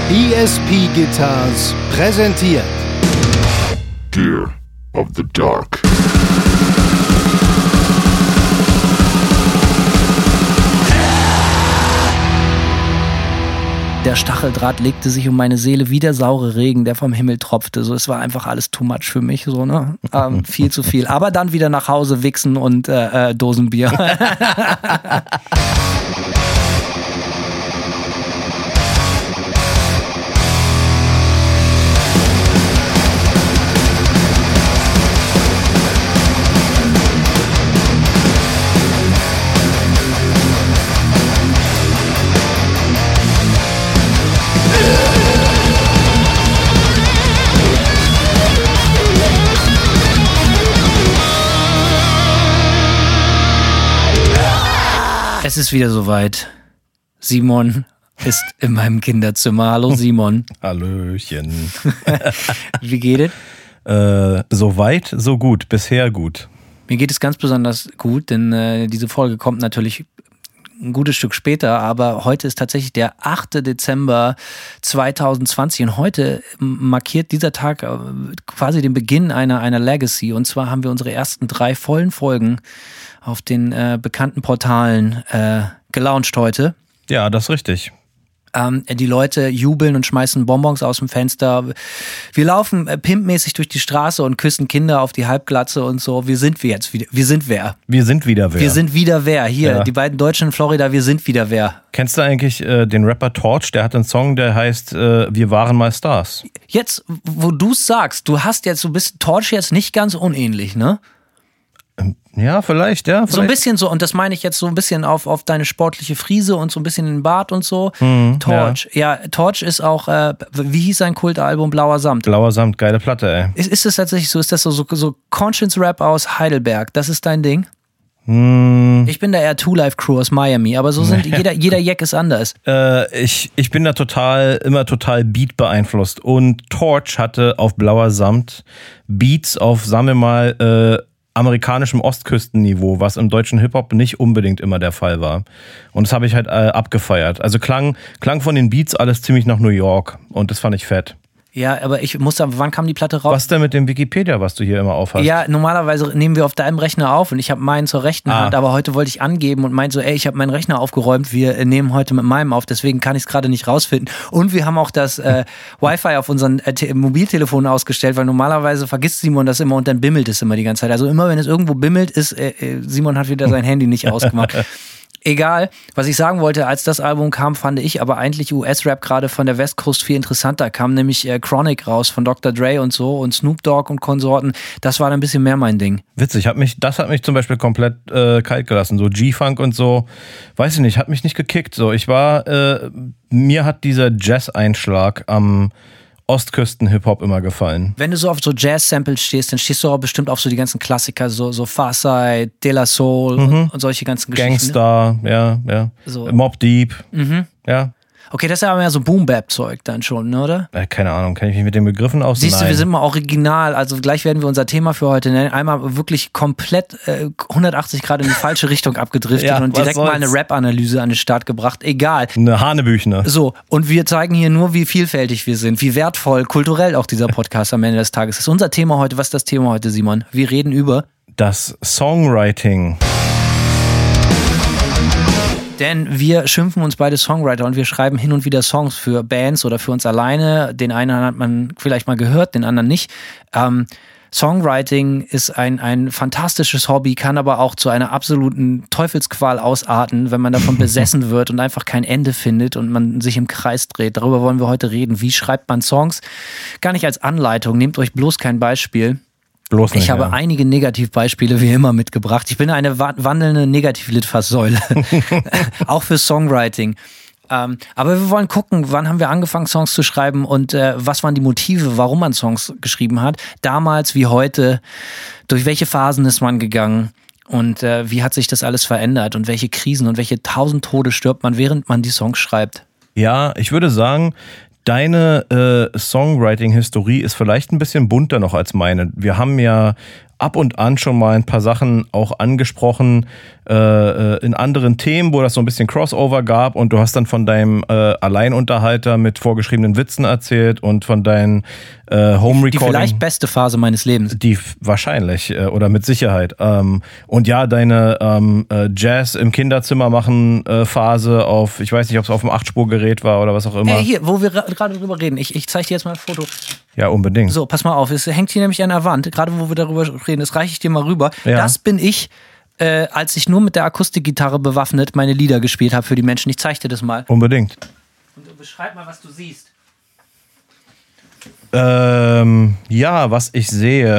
ESP Guitars präsentiert Gear of the Dark. Der Stacheldraht legte sich um meine Seele wie der saure Regen, der vom Himmel tropfte. So, es war einfach alles too much für mich, so, ne? Viel zu viel. Aber dann wieder nach Hause wichsen und Dosenbier. Es ist wieder soweit. Simon ist in meinem Kinderzimmer. Hallo Simon. Hallöchen. Wie geht es? So weit, so gut. Bisher gut. Mir geht es ganz besonders gut, denn diese Folge kommt natürlich ein gutes Stück später, aber heute ist tatsächlich der 8. Dezember 2020 und heute markiert dieser Tag quasi den Beginn einer Legacy. Und zwar haben wir unsere ersten 3 vollen Folgen auf den bekannten Portalen gelauncht heute. Ja, das ist richtig. Die Leute jubeln und schmeißen Bonbons aus dem Fenster. Wir laufen pimpmäßig durch die Straße und küssen Kinder auf die Halbglatze und so. Wir sind wer? Wir sind wieder wer. Wir sind wieder wer. Hier, ja. Die beiden Deutschen in Florida, wir sind wieder wer. Kennst du eigentlich den Rapper Torch? Der hat einen Song, der heißt Wir waren mal Stars. Jetzt, wo du es sagst, du bist Torch jetzt nicht ganz unähnlich, ne? Ja, vielleicht. So ein bisschen so, und das meine ich jetzt so ein bisschen auf deine sportliche Frise und so ein bisschen in den Bart und so. Torch. Ja, Torch ist auch, wie hieß sein Kultalbum? Blauer Samt. Blauer Samt, geile Platte, ey. Ist das tatsächlich so? Ist das so Conscience-Rap aus Heidelberg? Das ist dein Ding? Ich bin da eher Two-Life-Crew aus Miami, aber so sind jeder Jack ist anders. Ich bin da immer total Beat beeinflusst. Und Torch hatte auf Blauer Samt Beats auf, sagen wir mal, amerikanischem Ostküstenniveau, was im deutschen Hip-Hop nicht unbedingt immer der Fall war. Und das habe ich halt abgefeiert. Also klang von den Beats alles ziemlich nach New York und das fand ich fett. Ja, aber ich muss sagen, wann kam die Platte raus? Was denn mit dem Wikipedia, was du hier immer aufhast? Ja, normalerweise nehmen wir auf deinem Rechner auf und ich habe meinen zur rechten Hand, aber heute wollte ich angeben und meinte so, ich habe meinen Rechner aufgeräumt, wir nehmen heute mit meinem auf, deswegen kann ich es gerade nicht rausfinden. Und wir haben auch das Wi-Fi auf unseren Mobiltelefonen ausgestellt, weil normalerweise vergisst Simon das immer und dann bimmelt es immer die ganze Zeit. Also immer, wenn es irgendwo bimmelt, ist Simon hat wieder sein Handy nicht ausgemacht. Egal, was ich sagen wollte, als das Album kam, fand ich aber eigentlich US-Rap gerade von der West Coast viel interessanter. Kam nämlich Chronic raus von Dr. Dre und so und Snoop Dogg und Konsorten. Das war dann ein bisschen mehr mein Ding. Witzig, das hat mich zum Beispiel komplett kalt gelassen. So G-Funk und so, weiß ich nicht, hat mich nicht gekickt. So, mir hat dieser Jazz-Einschlag am Ostküsten-Hip-Hop immer gefallen. Wenn du so auf so Jazz-Samples stehst, dann stehst du auch bestimmt auf so die ganzen Klassiker, so Pharcyde, De La Soul und solche ganzen Geschichten. Gangster, ja. So. Mobb Deep, ja. Okay, das ist aber mehr so Boom-Bap-Zeug dann schon, ne, oder? Keine Ahnung, kenne ich mich mit den Begriffen aus? Siehst du, wir sind mal original, also gleich werden wir unser Thema für heute nennen. Einmal wirklich komplett 180 Grad in die falsche Richtung abgedriftet und direkt mal eine Rap-Analyse an den Start gebracht. Egal. Eine Hanebüchner. So, und wir zeigen hier nur, wie vielfältig wir sind, wie wertvoll, kulturell auch dieser Podcast am Ende des Tages ist. Unser Thema heute, was ist das Thema heute, Simon? Wir reden über das Songwriting. Denn wir schimpfen uns beide Songwriter und wir schreiben hin und wieder Songs für Bands oder für uns alleine. Den einen hat man vielleicht mal gehört, den anderen nicht. Songwriting ist ein fantastisches Hobby, kann aber auch zu einer absoluten Teufelsqual ausarten, wenn man davon besessen wird und einfach kein Ende findet und man sich im Kreis dreht. Darüber wollen wir heute reden. Wie schreibt man Songs? Gar nicht als Anleitung, nehmt euch bloß kein Beispiel. Ich habe einige Negativbeispiele wie immer mitgebracht. Ich bin eine wandelnde Negativlitfaßsäule. Auch für Songwriting. Aber wir wollen gucken, wann haben wir angefangen, Songs zu schreiben und was waren die Motive, warum man Songs geschrieben hat. Damals wie heute, durch welche Phasen ist man gegangen und wie hat sich das alles verändert und welche Krisen und welche 1000 Tode stirbt man, während man die Songs schreibt. Ja, ich würde sagen, deine Songwriting-Historie ist vielleicht ein bisschen bunter noch als meine. Wir haben ja ab und an schon mal ein paar Sachen auch angesprochen in anderen Themen, wo das so ein bisschen Crossover gab und du hast dann von deinem Alleinunterhalter mit vorgeschriebenen Witzen erzählt und von deinen Home-Recording. Die vielleicht beste Phase meines Lebens. Die wahrscheinlich oder mit Sicherheit. Und ja, deine Jazz im Kinderzimmer machen Phase auf, ich weiß nicht, ob es auf dem 8-Spurgerät war oder was auch immer. Hier, wo wir gerade drüber reden. Ich zeige dir jetzt mal ein Foto. Ja, unbedingt. So, pass mal auf. Es hängt hier nämlich an der Wand. Gerade wo wir darüber reden, das reiche ich dir mal rüber. Ja. Das bin ich, als ich nur mit der Akustikgitarre bewaffnet meine Lieder gespielt habe für die Menschen. Ich zeige dir das mal. Unbedingt. Und beschreib mal, was du siehst. Ja, was ich sehe,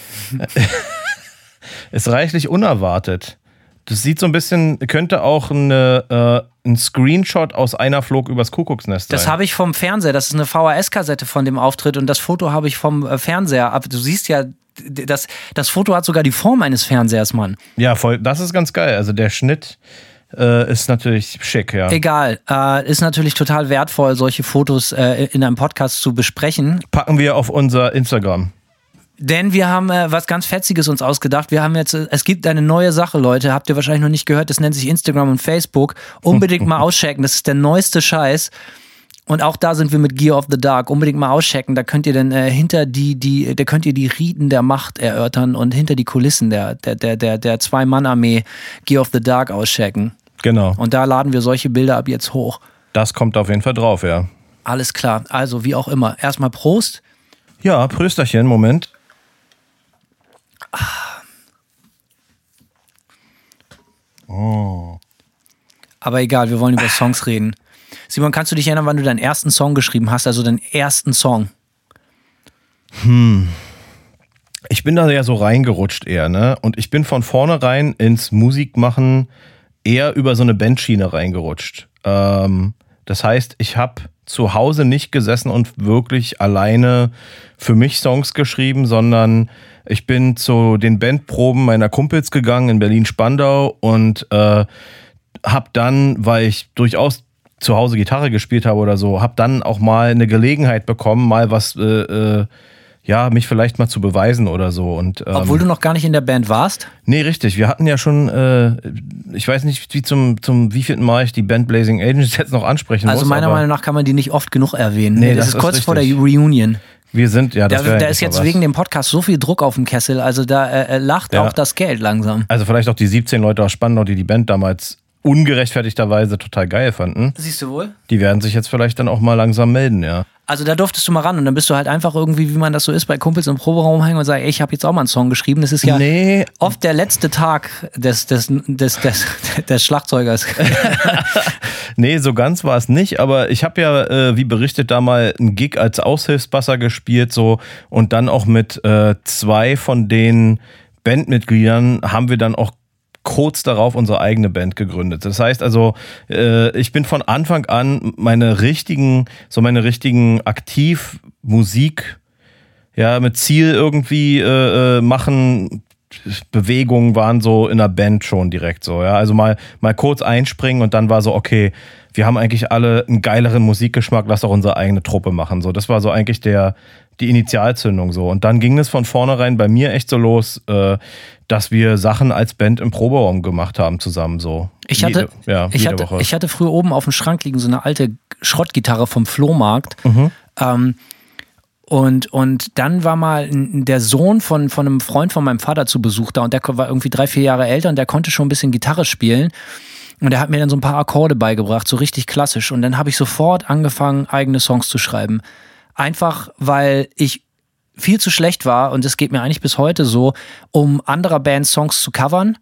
ist reichlich unerwartet. Das sieht so ein bisschen, könnte auch ein Screenshot aus Einer flog übers Kuckucksnest sein. Das habe ich vom Fernseher. Das ist eine VHS-Kassette von dem Auftritt und das Foto habe ich vom Fernseher. Du siehst ja, das Foto hat sogar die Form eines Fernsehers, Mann. Ja, voll. Das ist ganz geil. Also der Schnitt ist natürlich schick, ja. Egal. Ist natürlich total wertvoll, solche Fotos in einem Podcast zu besprechen. Packen wir auf unser Instagram. Denn wir haben was ganz Fetziges uns ausgedacht. Wir haben jetzt, es gibt eine neue Sache, Leute. Habt ihr wahrscheinlich noch nicht gehört. Das nennt sich Instagram und Facebook. Unbedingt mal auschecken. Das ist der neueste Scheiß. Und auch da sind wir mit Gear of the Dark. Unbedingt mal auschecken. Da könnt ihr dann da könnt ihr die Riten der Macht erörtern und hinter die Kulissen der Zwei-Mann-Armee Gear of the Dark auschecken. Genau. Und da laden wir solche Bilder ab jetzt hoch. Das kommt auf jeden Fall drauf, ja. Alles klar. Also, wie auch immer. Erstmal Prost. Ja, Prösterchen, Moment. Oh. Aber egal, wir wollen über Songs reden. Simon, kannst du dich erinnern, wann du deinen ersten Song geschrieben hast? Also deinen ersten Song? Ich bin da ja so reingerutscht eher, ne? Und ich bin von vornherein ins Musikmachen eher über so eine Bandschiene reingerutscht. Das heißt, ich habe zu Hause nicht gesessen und wirklich alleine für mich Songs geschrieben, sondern ich bin zu den Bandproben meiner Kumpels gegangen in Berlin-Spandau und habe dann, weil ich durchaus zu Hause Gitarre gespielt habe oder so, habe dann auch mal eine Gelegenheit bekommen, mal was, mich vielleicht mal zu beweisen oder so. Und, obwohl du noch gar nicht in der Band warst? Nee, richtig. Wir hatten ja schon, ich weiß nicht, wie zum wievielten Mal ich die Band Blazing Angels jetzt noch ansprechen muss. Also meiner Meinung nach kann man die nicht oft genug erwähnen. Nee, das ist kurz vor der Reunion. Wir sind, ja, das Da ist jetzt wegen dem Podcast so viel Druck auf dem Kessel, also da lacht auch das Geld langsam. Also vielleicht auch die 17 Leute aus Spandau, die Band damals ungerechtfertigterweise total geil fanden. Siehst du wohl? Die werden sich jetzt vielleicht dann auch mal langsam melden, ja. Also da durftest du mal ran und dann bist du halt einfach irgendwie, wie man das so ist, bei Kumpels im Proberaum hängen und sagst, ey, ich habe jetzt auch mal einen Song geschrieben. Das ist ja oft der letzte Tag des Schlagzeugers. Nee, so ganz war es nicht, aber ich habe ja, wie berichtet, da mal einen Gig als Aushilfsbasser gespielt so und dann auch mit 2 von den Bandmitgliedern haben wir dann auch kurz darauf unsere eigene Band gegründet. Das heißt also, ich bin von Anfang an meine richtigen Aktivmusik, ja, mit Ziel irgendwie machen, Bewegungen waren so in der Band schon direkt so, ja. Also mal kurz einspringen und dann war so, okay, wir haben eigentlich alle einen geileren Musikgeschmack, lass doch unsere eigene Truppe machen. So, das war so eigentlich die Initialzündung so. Und dann ging es von vornherein bei mir echt so los, dass wir Sachen als Band im Proberaum gemacht haben zusammen so. Ich hatte früher oben auf dem Schrank liegen so eine alte Schrottgitarre vom Flohmarkt. Und dann war mal der Sohn von einem Freund von meinem Vater zu Besuch da und der war irgendwie 3-4 Jahre älter und der konnte schon ein bisschen Gitarre spielen. Und der hat mir dann so ein paar Akkorde beigebracht, so richtig klassisch. Und dann habe ich sofort angefangen, eigene Songs zu schreiben. Einfach, weil ich viel zu schlecht war, und das geht mir eigentlich bis heute so, um anderer Bands Songs zu covern.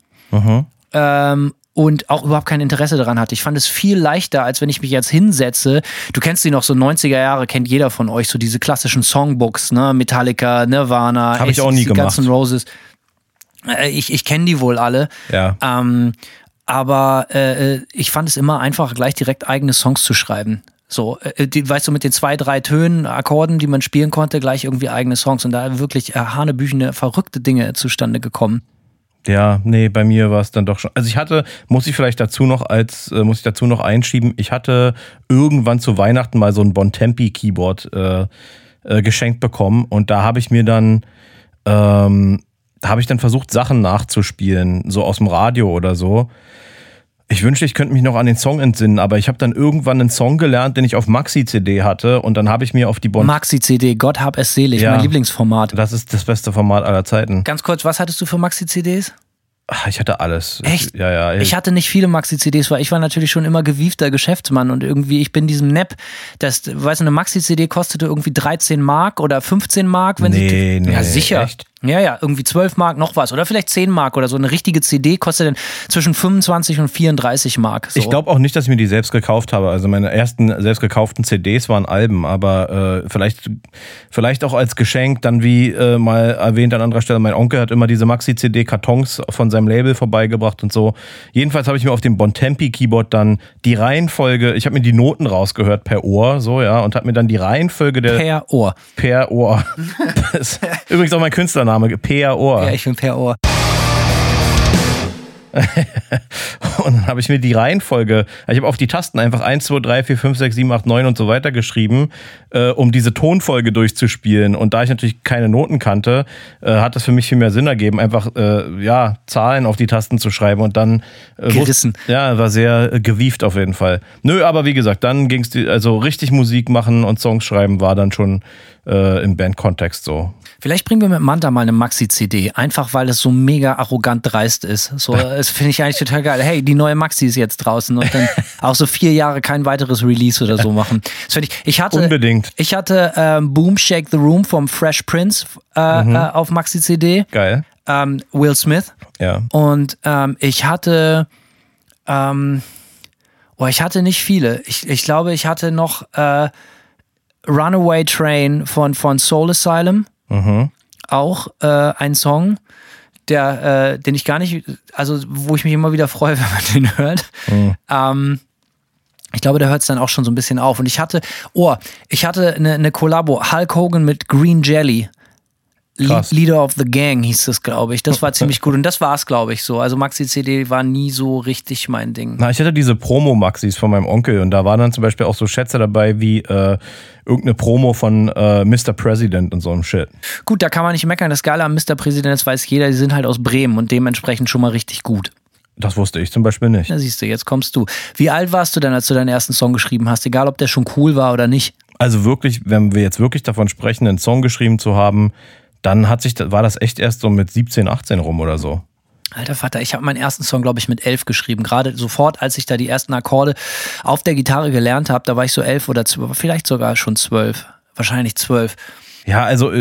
Und auch überhaupt kein Interesse daran hatte. Ich fand es viel leichter, als wenn ich mich jetzt hinsetze. Du kennst die noch, so 90er Jahre, kennt jeder von euch, so diese klassischen Songbooks, ne? Metallica, Nirvana, Hab ich auch nie gemacht. Guns N' Roses. Ich kenne die wohl alle. Ja. Aber ich fand es immer einfacher, gleich direkt eigene Songs zu schreiben. So, weißt du, mit den 2-3 Tönen, Akkorden, die man spielen konnte, gleich irgendwie eigene Songs. Und da wirklich hanebüchene, verrückte Dinge zustande gekommen. Ja, nee, bei mir war es dann doch schon. Also muss ich dazu noch einschieben, ich hatte irgendwann zu Weihnachten mal so ein Bontempi Keyboard geschenkt bekommen und da habe ich mir dann habe ich dann versucht, Sachen nachzuspielen, so aus dem Radio oder so. Ich wünschte, ich könnte mich noch an den Song entsinnen, aber ich habe dann irgendwann einen Song gelernt, den ich auf Maxi-CD hatte und dann habe ich mir auf die Maxi-CD, Gott hab es selig, mein Lieblingsformat. Das ist das beste Format aller Zeiten. Ganz kurz, was hattest du für Maxi-CDs? Ich hatte alles. Echt? Ja. Ich hatte nicht viele Maxi-CDs, weil ich war natürlich schon immer gewiefter Geschäftsmann und irgendwie, ich bin diesem Nepp, eine Maxi-CD kostete irgendwie 13 Mark oder 15 Mark, wenn sie. Ja, sicher. Echt? Ja, irgendwie 12 Mark noch was oder vielleicht 10 Mark oder so. Eine richtige CD kostet dann zwischen 25 und 34 Mark. So. Ich glaube auch nicht, dass ich mir die selbst gekauft habe. Also meine ersten selbst gekauften CDs waren Alben, aber vielleicht auch als Geschenk. Dann wie mal erwähnt an anderer Stelle, mein Onkel hat immer diese Maxi-CD-Kartons von seinem Label vorbeigebracht und so. Jedenfalls habe ich mir auf dem Bontempi-Keyboard dann die Reihenfolge, ich habe mir die Noten rausgehört per Ohr, so ja, und habe mir dann die Reihenfolge der... Per Ohr. Übrigens auch mein Künstlername. Per Ohr. Ja, ich bin Per Ohr. Und dann habe ich mir die Reihenfolge, ich habe auf die Tasten einfach 1, 2, 3, 4, 5, 6, 7, 8, 9 und so weiter geschrieben, um diese Tonfolge durchzuspielen. Und da ich natürlich keine Noten kannte, hat das für mich viel mehr Sinn ergeben, einfach Zahlen auf die Tasten zu schreiben und dann gerissen. War sehr gewieft auf jeden Fall. Nö, aber wie gesagt, dann ging es, also richtig Musik machen und Songs schreiben war dann schon im Bandkontext so. Vielleicht bringen wir mit Manta mal eine Maxi-CD, einfach weil es so mega arrogant dreist ist. So, das finde ich eigentlich total geil. Hey, die neue Maxi ist jetzt draußen und dann auch so 4 Jahre kein weiteres Release oder so machen. Das finde ich. Unbedingt. Ich hatte Boom Shake the Room vom Fresh Prince auf Maxi-CD. Geil. Will Smith. Ja. Und ich hatte nicht viele. Ich glaube, ich hatte noch Runaway Train von Soul Asylum. Auch ein Song, den ich gar nicht, also wo ich mich immer wieder freue, wenn man den hört. Ich glaube, da hört es dann auch schon so ein bisschen auf. Und ich hatte eine Kollabo, Hulk Hogan mit Green Jelly. Leader of the Gang hieß das, glaube ich. Das war ziemlich gut und das war es, glaube ich, so. Also Maxi-CD war nie so richtig mein Ding. Na, ich hatte diese Promo-Maxis von meinem Onkel und da waren dann zum Beispiel auch so Schätze dabei wie irgendeine Promo von Mr. President und so einem Shit. Gut, da kann man nicht meckern. Das Geile am Mr. President, das weiß jeder, die sind halt aus Bremen und dementsprechend schon mal richtig gut. Das wusste ich zum Beispiel nicht. Na siehst du, jetzt kommst du. Wie alt warst du denn, als du deinen ersten Song geschrieben hast? Egal, ob der schon cool war oder nicht. Also wirklich, wenn wir jetzt wirklich davon sprechen, einen Song geschrieben zu haben, dann war das echt erst so mit 17, 18 rum oder so. Alter Vater, ich habe meinen ersten Song, glaube ich, mit 11 geschrieben. Gerade sofort, als ich da die ersten Akkorde auf der Gitarre gelernt habe, da war ich so 11 oder 12, vielleicht sogar schon 12. Wahrscheinlich 12. Ja, also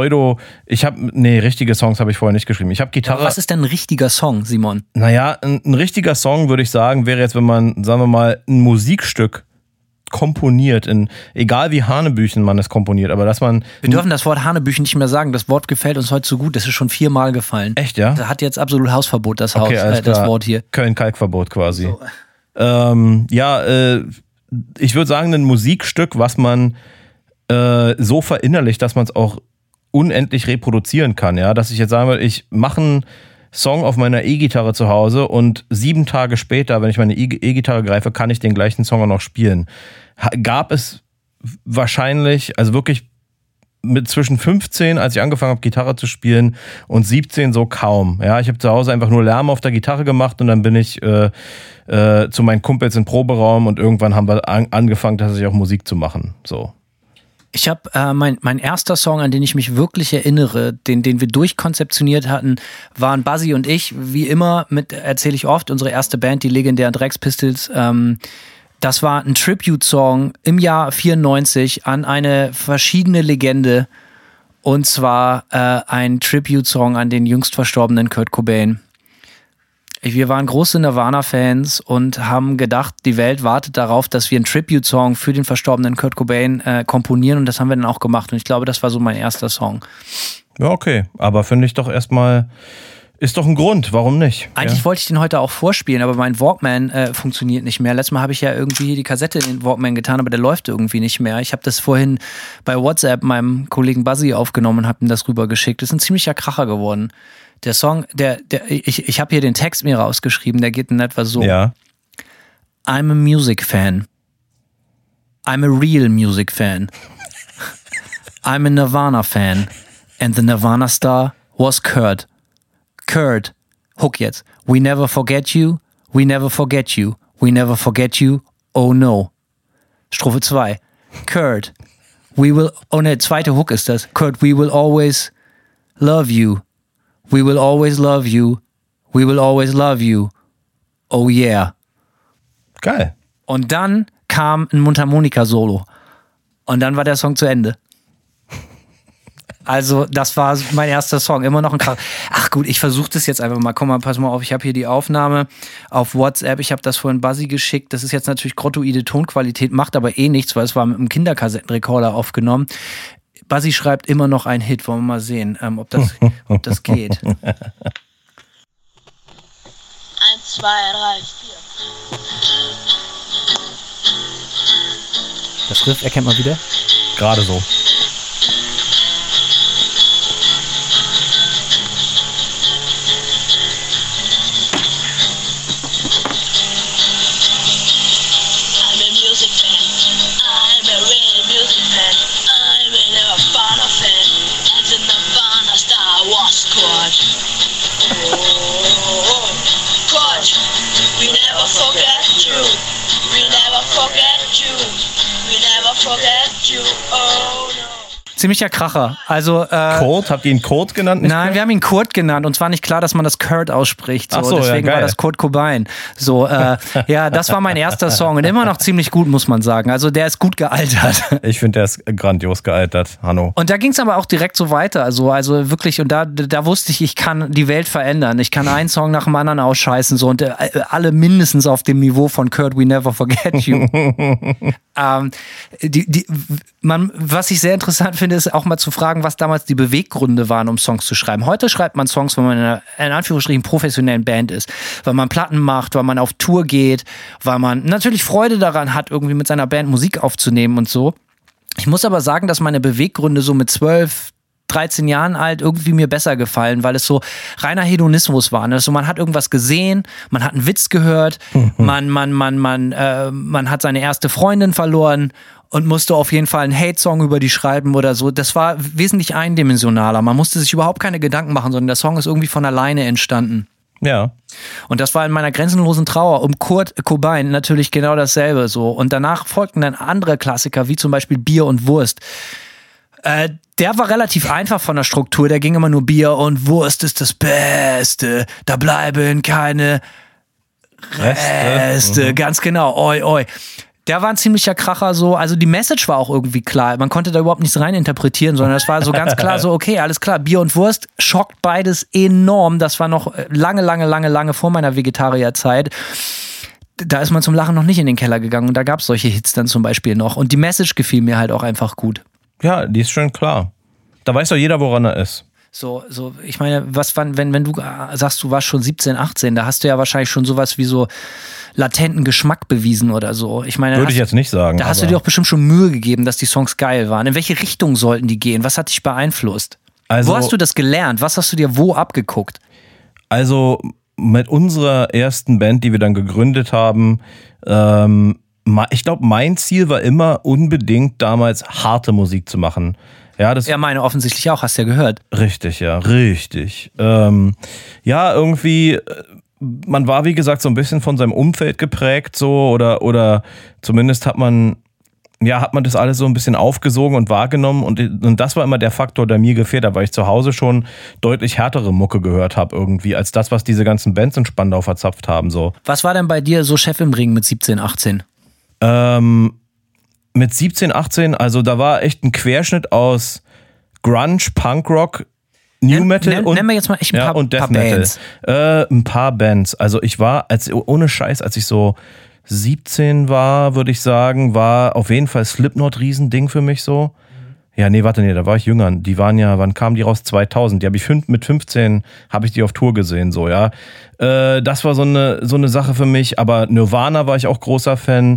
richtige Songs habe ich vorher nicht geschrieben. Ich habe Gitarre. Ja, was ist denn ein richtiger Song, Simon? Naja, ein richtiger Song, würde ich sagen, wäre jetzt, wenn man, sagen wir mal, ein Musikstück komponiert, egal wie Hanebüchen man es komponiert, aber dass man... Wir dürfen das Wort Hanebüchen nicht mehr sagen, das Wort gefällt uns heute so gut, das ist schon 4-mal gefallen. Echt, ja? Das hat jetzt absolut Hausverbot, das okay, das Wort hier. Köln-Kalkverbot quasi. So. Ich würde sagen, ein Musikstück, was man so verinnerlicht, dass man es auch unendlich reproduzieren kann, ja, dass ich jetzt sagen würde, ich mache einen Song auf meiner E-Gitarre zu Hause und 7 Tage später, wenn ich meine E-Gitarre greife, kann ich den gleichen Song auch noch spielen. Gab es wahrscheinlich, also wirklich mit zwischen 15, als ich angefangen habe, Gitarre zu spielen, und 17 so kaum. Ja, ich habe zu Hause einfach nur Lärm auf der Gitarre gemacht und dann bin ich zu meinen Kumpels im Proberaum und irgendwann haben wir angefangen, tatsächlich auch Musik zu machen. So. Ich habe mein erster Song, an den ich mich wirklich erinnere, den wir durchkonzeptioniert hatten, waren Buzzy und ich, wie immer, erzähle ich oft, unsere erste Band, die legendären Drex Pistols. Das war ein Tribute-Song im Jahr 94 an eine verschiedene Legende, und zwar ein Tribute-Song an den jüngst verstorbenen Kurt Cobain. Wir waren große Nirvana-Fans und haben gedacht, die Welt wartet darauf, dass wir einen Tribute-Song für den verstorbenen Kurt Cobain komponieren, und das haben wir dann auch gemacht. Und ich glaube, das war so mein erster Song. Ja, okay. Aber finde ich doch erstmal, ist doch ein Grund, warum nicht? Eigentlich wollte ich den heute auch vorspielen, aber mein Walkman funktioniert nicht mehr. Letztes Mal habe ich ja irgendwie die Kassette in den Walkman getan, aber der läuft irgendwie nicht mehr. Ich habe das vorhin bei WhatsApp meinem Kollegen Buzzy aufgenommen und habe ihm das rübergeschickt. Das ist ein ziemlicher Kracher geworden. Der Song, ich habe hier den Text mir rausgeschrieben, der geht in etwa so. Ja. I'm a music fan. I'm a real music fan. I'm a Nirvana fan. And the Nirvana star was Kurt. Kurt, Hook jetzt. We never forget you, we never forget you, we never forget you, oh no. Strophe 2. Kurt, zweite Hook ist das. Kurt, we will always love you, we will always love you, we will always love you, oh yeah. Geil. Und dann kam ein Mundharmonika-Solo. Und dann war der Song zu Ende. Also, das war mein erster Song. Immer noch ein Krass. Ach gut, ich versuche das jetzt einfach mal. Komm mal, pass mal auf. Ich habe hier die Aufnahme auf WhatsApp. Ich habe das vorhin Buzzy geschickt. Das ist jetzt natürlich grottoide Tonqualität, macht aber eh nichts, weil es war mit einem Kinderkassettenrekorder aufgenommen. Buzzy schreibt immer noch einen Hit. Wollen wir mal sehen, ob das geht. 1, 2, 3, 4. Das Riff erkennt man wieder? Gerade so. Ziemlicher Kracher. Also, Kurt, habt ihr ihn Kurt genannt? Nein, wir haben ihn Kurt genannt und zwar nicht klar, dass man das Kurt ausspricht. So. Ach so, deswegen ja, war das Kurt Cobain. So, ja, das war mein erster Song und immer noch ziemlich gut, muss man sagen. Also der ist gut gealtert. Ich finde, der ist grandios gealtert, Hanno. Und da ging es aber auch direkt so weiter. Also wirklich, und da wusste ich kann die Welt verändern. Ich kann einen Song nach dem anderen ausscheißen so und alle mindestens auf dem Niveau von Kurt, We Never Forget You. Was ich sehr interessant finde, ist auch mal zu fragen, was damals die Beweggründe waren, um Songs zu schreiben. Heute schreibt man Songs, wenn man in einer, in Anführungsstrichen, professionellen Band ist, weil man Platten macht, weil man auf Tour geht, weil man natürlich Freude daran hat, irgendwie mit seiner Band Musik aufzunehmen und so. Ich muss aber sagen, dass meine Beweggründe so mit 12, 13 Jahren alt irgendwie mir besser gefallen, weil es so reiner Hedonismus war. Also man hat irgendwas gesehen, man hat einen Witz gehört, man hat seine erste Freundin verloren und musste auf jeden Fall einen Hate-Song über die schreiben oder so. Das war wesentlich eindimensionaler. Man musste sich überhaupt keine Gedanken machen, sondern der Song ist irgendwie von alleine entstanden. Ja. Und das war in meiner grenzenlosen Trauer um Kurt Cobain natürlich genau dasselbe so. Und danach folgten dann andere Klassiker, wie zum Beispiel Bier und Wurst. Der war relativ einfach von der Struktur. Der ging immer nur Bier und Wurst ist das Beste. Da bleiben keine Reste. Ganz genau. Oi, oi. Der war ein ziemlicher Kracher so. Also die Message war auch irgendwie klar. Man konnte da überhaupt nichts rein interpretieren, sondern es war so ganz klar so, okay, alles klar. Bier und Wurst schockt beides enorm. Das war noch lange vor meiner Vegetarierzeit. Da ist man zum Lachen noch nicht in den Keller gegangen. Und da gab es solche Hits dann zum Beispiel noch. Und die Message gefiel mir halt auch einfach gut. Ja, die ist schön klar. Da weiß doch jeder, woran er ist. So, ich meine, wenn du sagst, du warst schon 17, 18, da hast du ja wahrscheinlich schon sowas wie so latenten Geschmack bewiesen oder so. Ich meine, würde ich jetzt nicht sagen. Da hast du dir auch bestimmt schon Mühe gegeben, dass die Songs geil waren. In welche Richtung sollten die gehen? Was hat dich beeinflusst? Also, wo hast du das gelernt? Was hast du dir wo abgeguckt? Also mit unserer ersten Band, die wir dann gegründet haben, ich glaube, mein Ziel war immer unbedingt damals harte Musik zu machen. Ja, meine offensichtlich auch, hast du ja gehört. Richtig, ja, richtig. Ja, irgendwie, man war wie gesagt so ein bisschen von seinem Umfeld geprägt so oder zumindest hat man das alles so ein bisschen aufgesogen und wahrgenommen und das war immer der Faktor, der mir gefehlt hat, weil ich zu Hause schon deutlich härtere Mucke gehört habe irgendwie, als das, was diese ganzen Bands in Spandau verzapft haben. So. Was war denn bei dir so Chef im Ring mit 17, 18? Mit 17, 18, also da war echt ein Querschnitt aus Grunge, Punkrock, New Metal nennen wir jetzt mal echt ein paar Bands. Ein paar Bands. Also ich war, ohne Scheiß, als ich so 17 war, würde ich sagen, war auf jeden Fall Slipknot Riesending für mich so. Ja, da war ich jünger. Die waren ja, wann kamen die raus? 2000. Die habe ich mit 15 habe ich die auf Tour gesehen, so, ja. Das war so eine Sache für mich, aber Nirvana war ich auch großer Fan.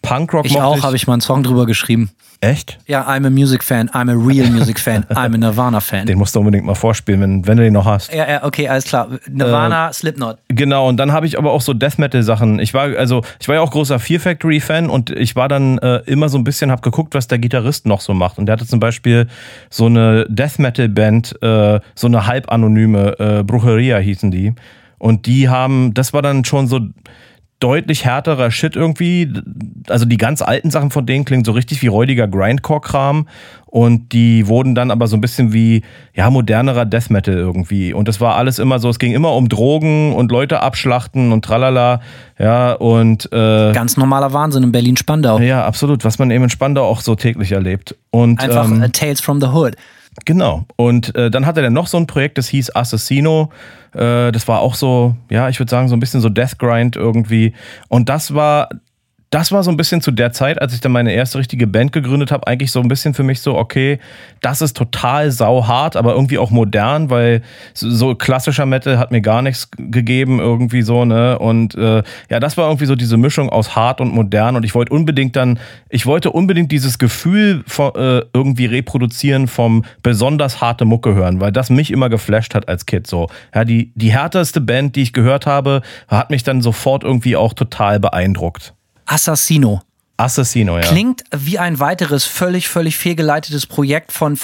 Punkrock Ich auch, habe ich mal einen Song drüber geschrieben. Echt? Ja, I'm a music fan, I'm a real music fan, I'm a Nirvana-Fan. Den musst du unbedingt mal vorspielen, wenn du den noch hast. Ja, okay, alles klar. Nirvana, Slipknot. Genau, und dann habe ich aber auch so Death Metal Sachen. Ich war ja auch großer Fear Factory Fan und ich war dann immer so ein bisschen, hab geguckt, was der Gitarrist noch so macht. Und der hatte zum Beispiel so eine Death Metal Band, so eine halbanonyme, Brujeria hießen die. Und das war dann schon so deutlich härterer Shit irgendwie. Also die ganz alten Sachen von denen klingen so richtig wie räudiger Grindcore-Kram und die wurden dann aber so ein bisschen wie, ja, modernerer Death Metal irgendwie. Und das war alles immer so, es ging immer um Drogen und Leute abschlachten und tralala, ja, und ganz normaler Wahnsinn in Berlin-Spandau. Ja, absolut, was man eben in Spandau auch so täglich erlebt. Und einfach Tales from the Hood. Genau. Und dann hatte er noch so ein Projekt, das hieß Assassino. Das war auch so, ja, ich würde sagen, so ein bisschen so Death Grind irgendwie. Und das war so ein bisschen zu der Zeit, als ich dann meine erste richtige Band gegründet habe, eigentlich so ein bisschen für mich so, okay, das ist total sauhart, aber irgendwie auch modern, weil so klassischer Metal hat mir gar nichts gegeben irgendwie so, ne? Und ja, das war irgendwie so diese Mischung aus hart und modern und ich wollte unbedingt dieses Gefühl irgendwie reproduzieren vom besonders harte Mucke hören, weil das mich immer geflasht hat als Kid so. Ja, die härteste Band, die ich gehört habe, hat mich dann sofort irgendwie auch total beeindruckt. Assassino, ja. Klingt wie ein weiteres völlig fehlgeleitetes Projekt von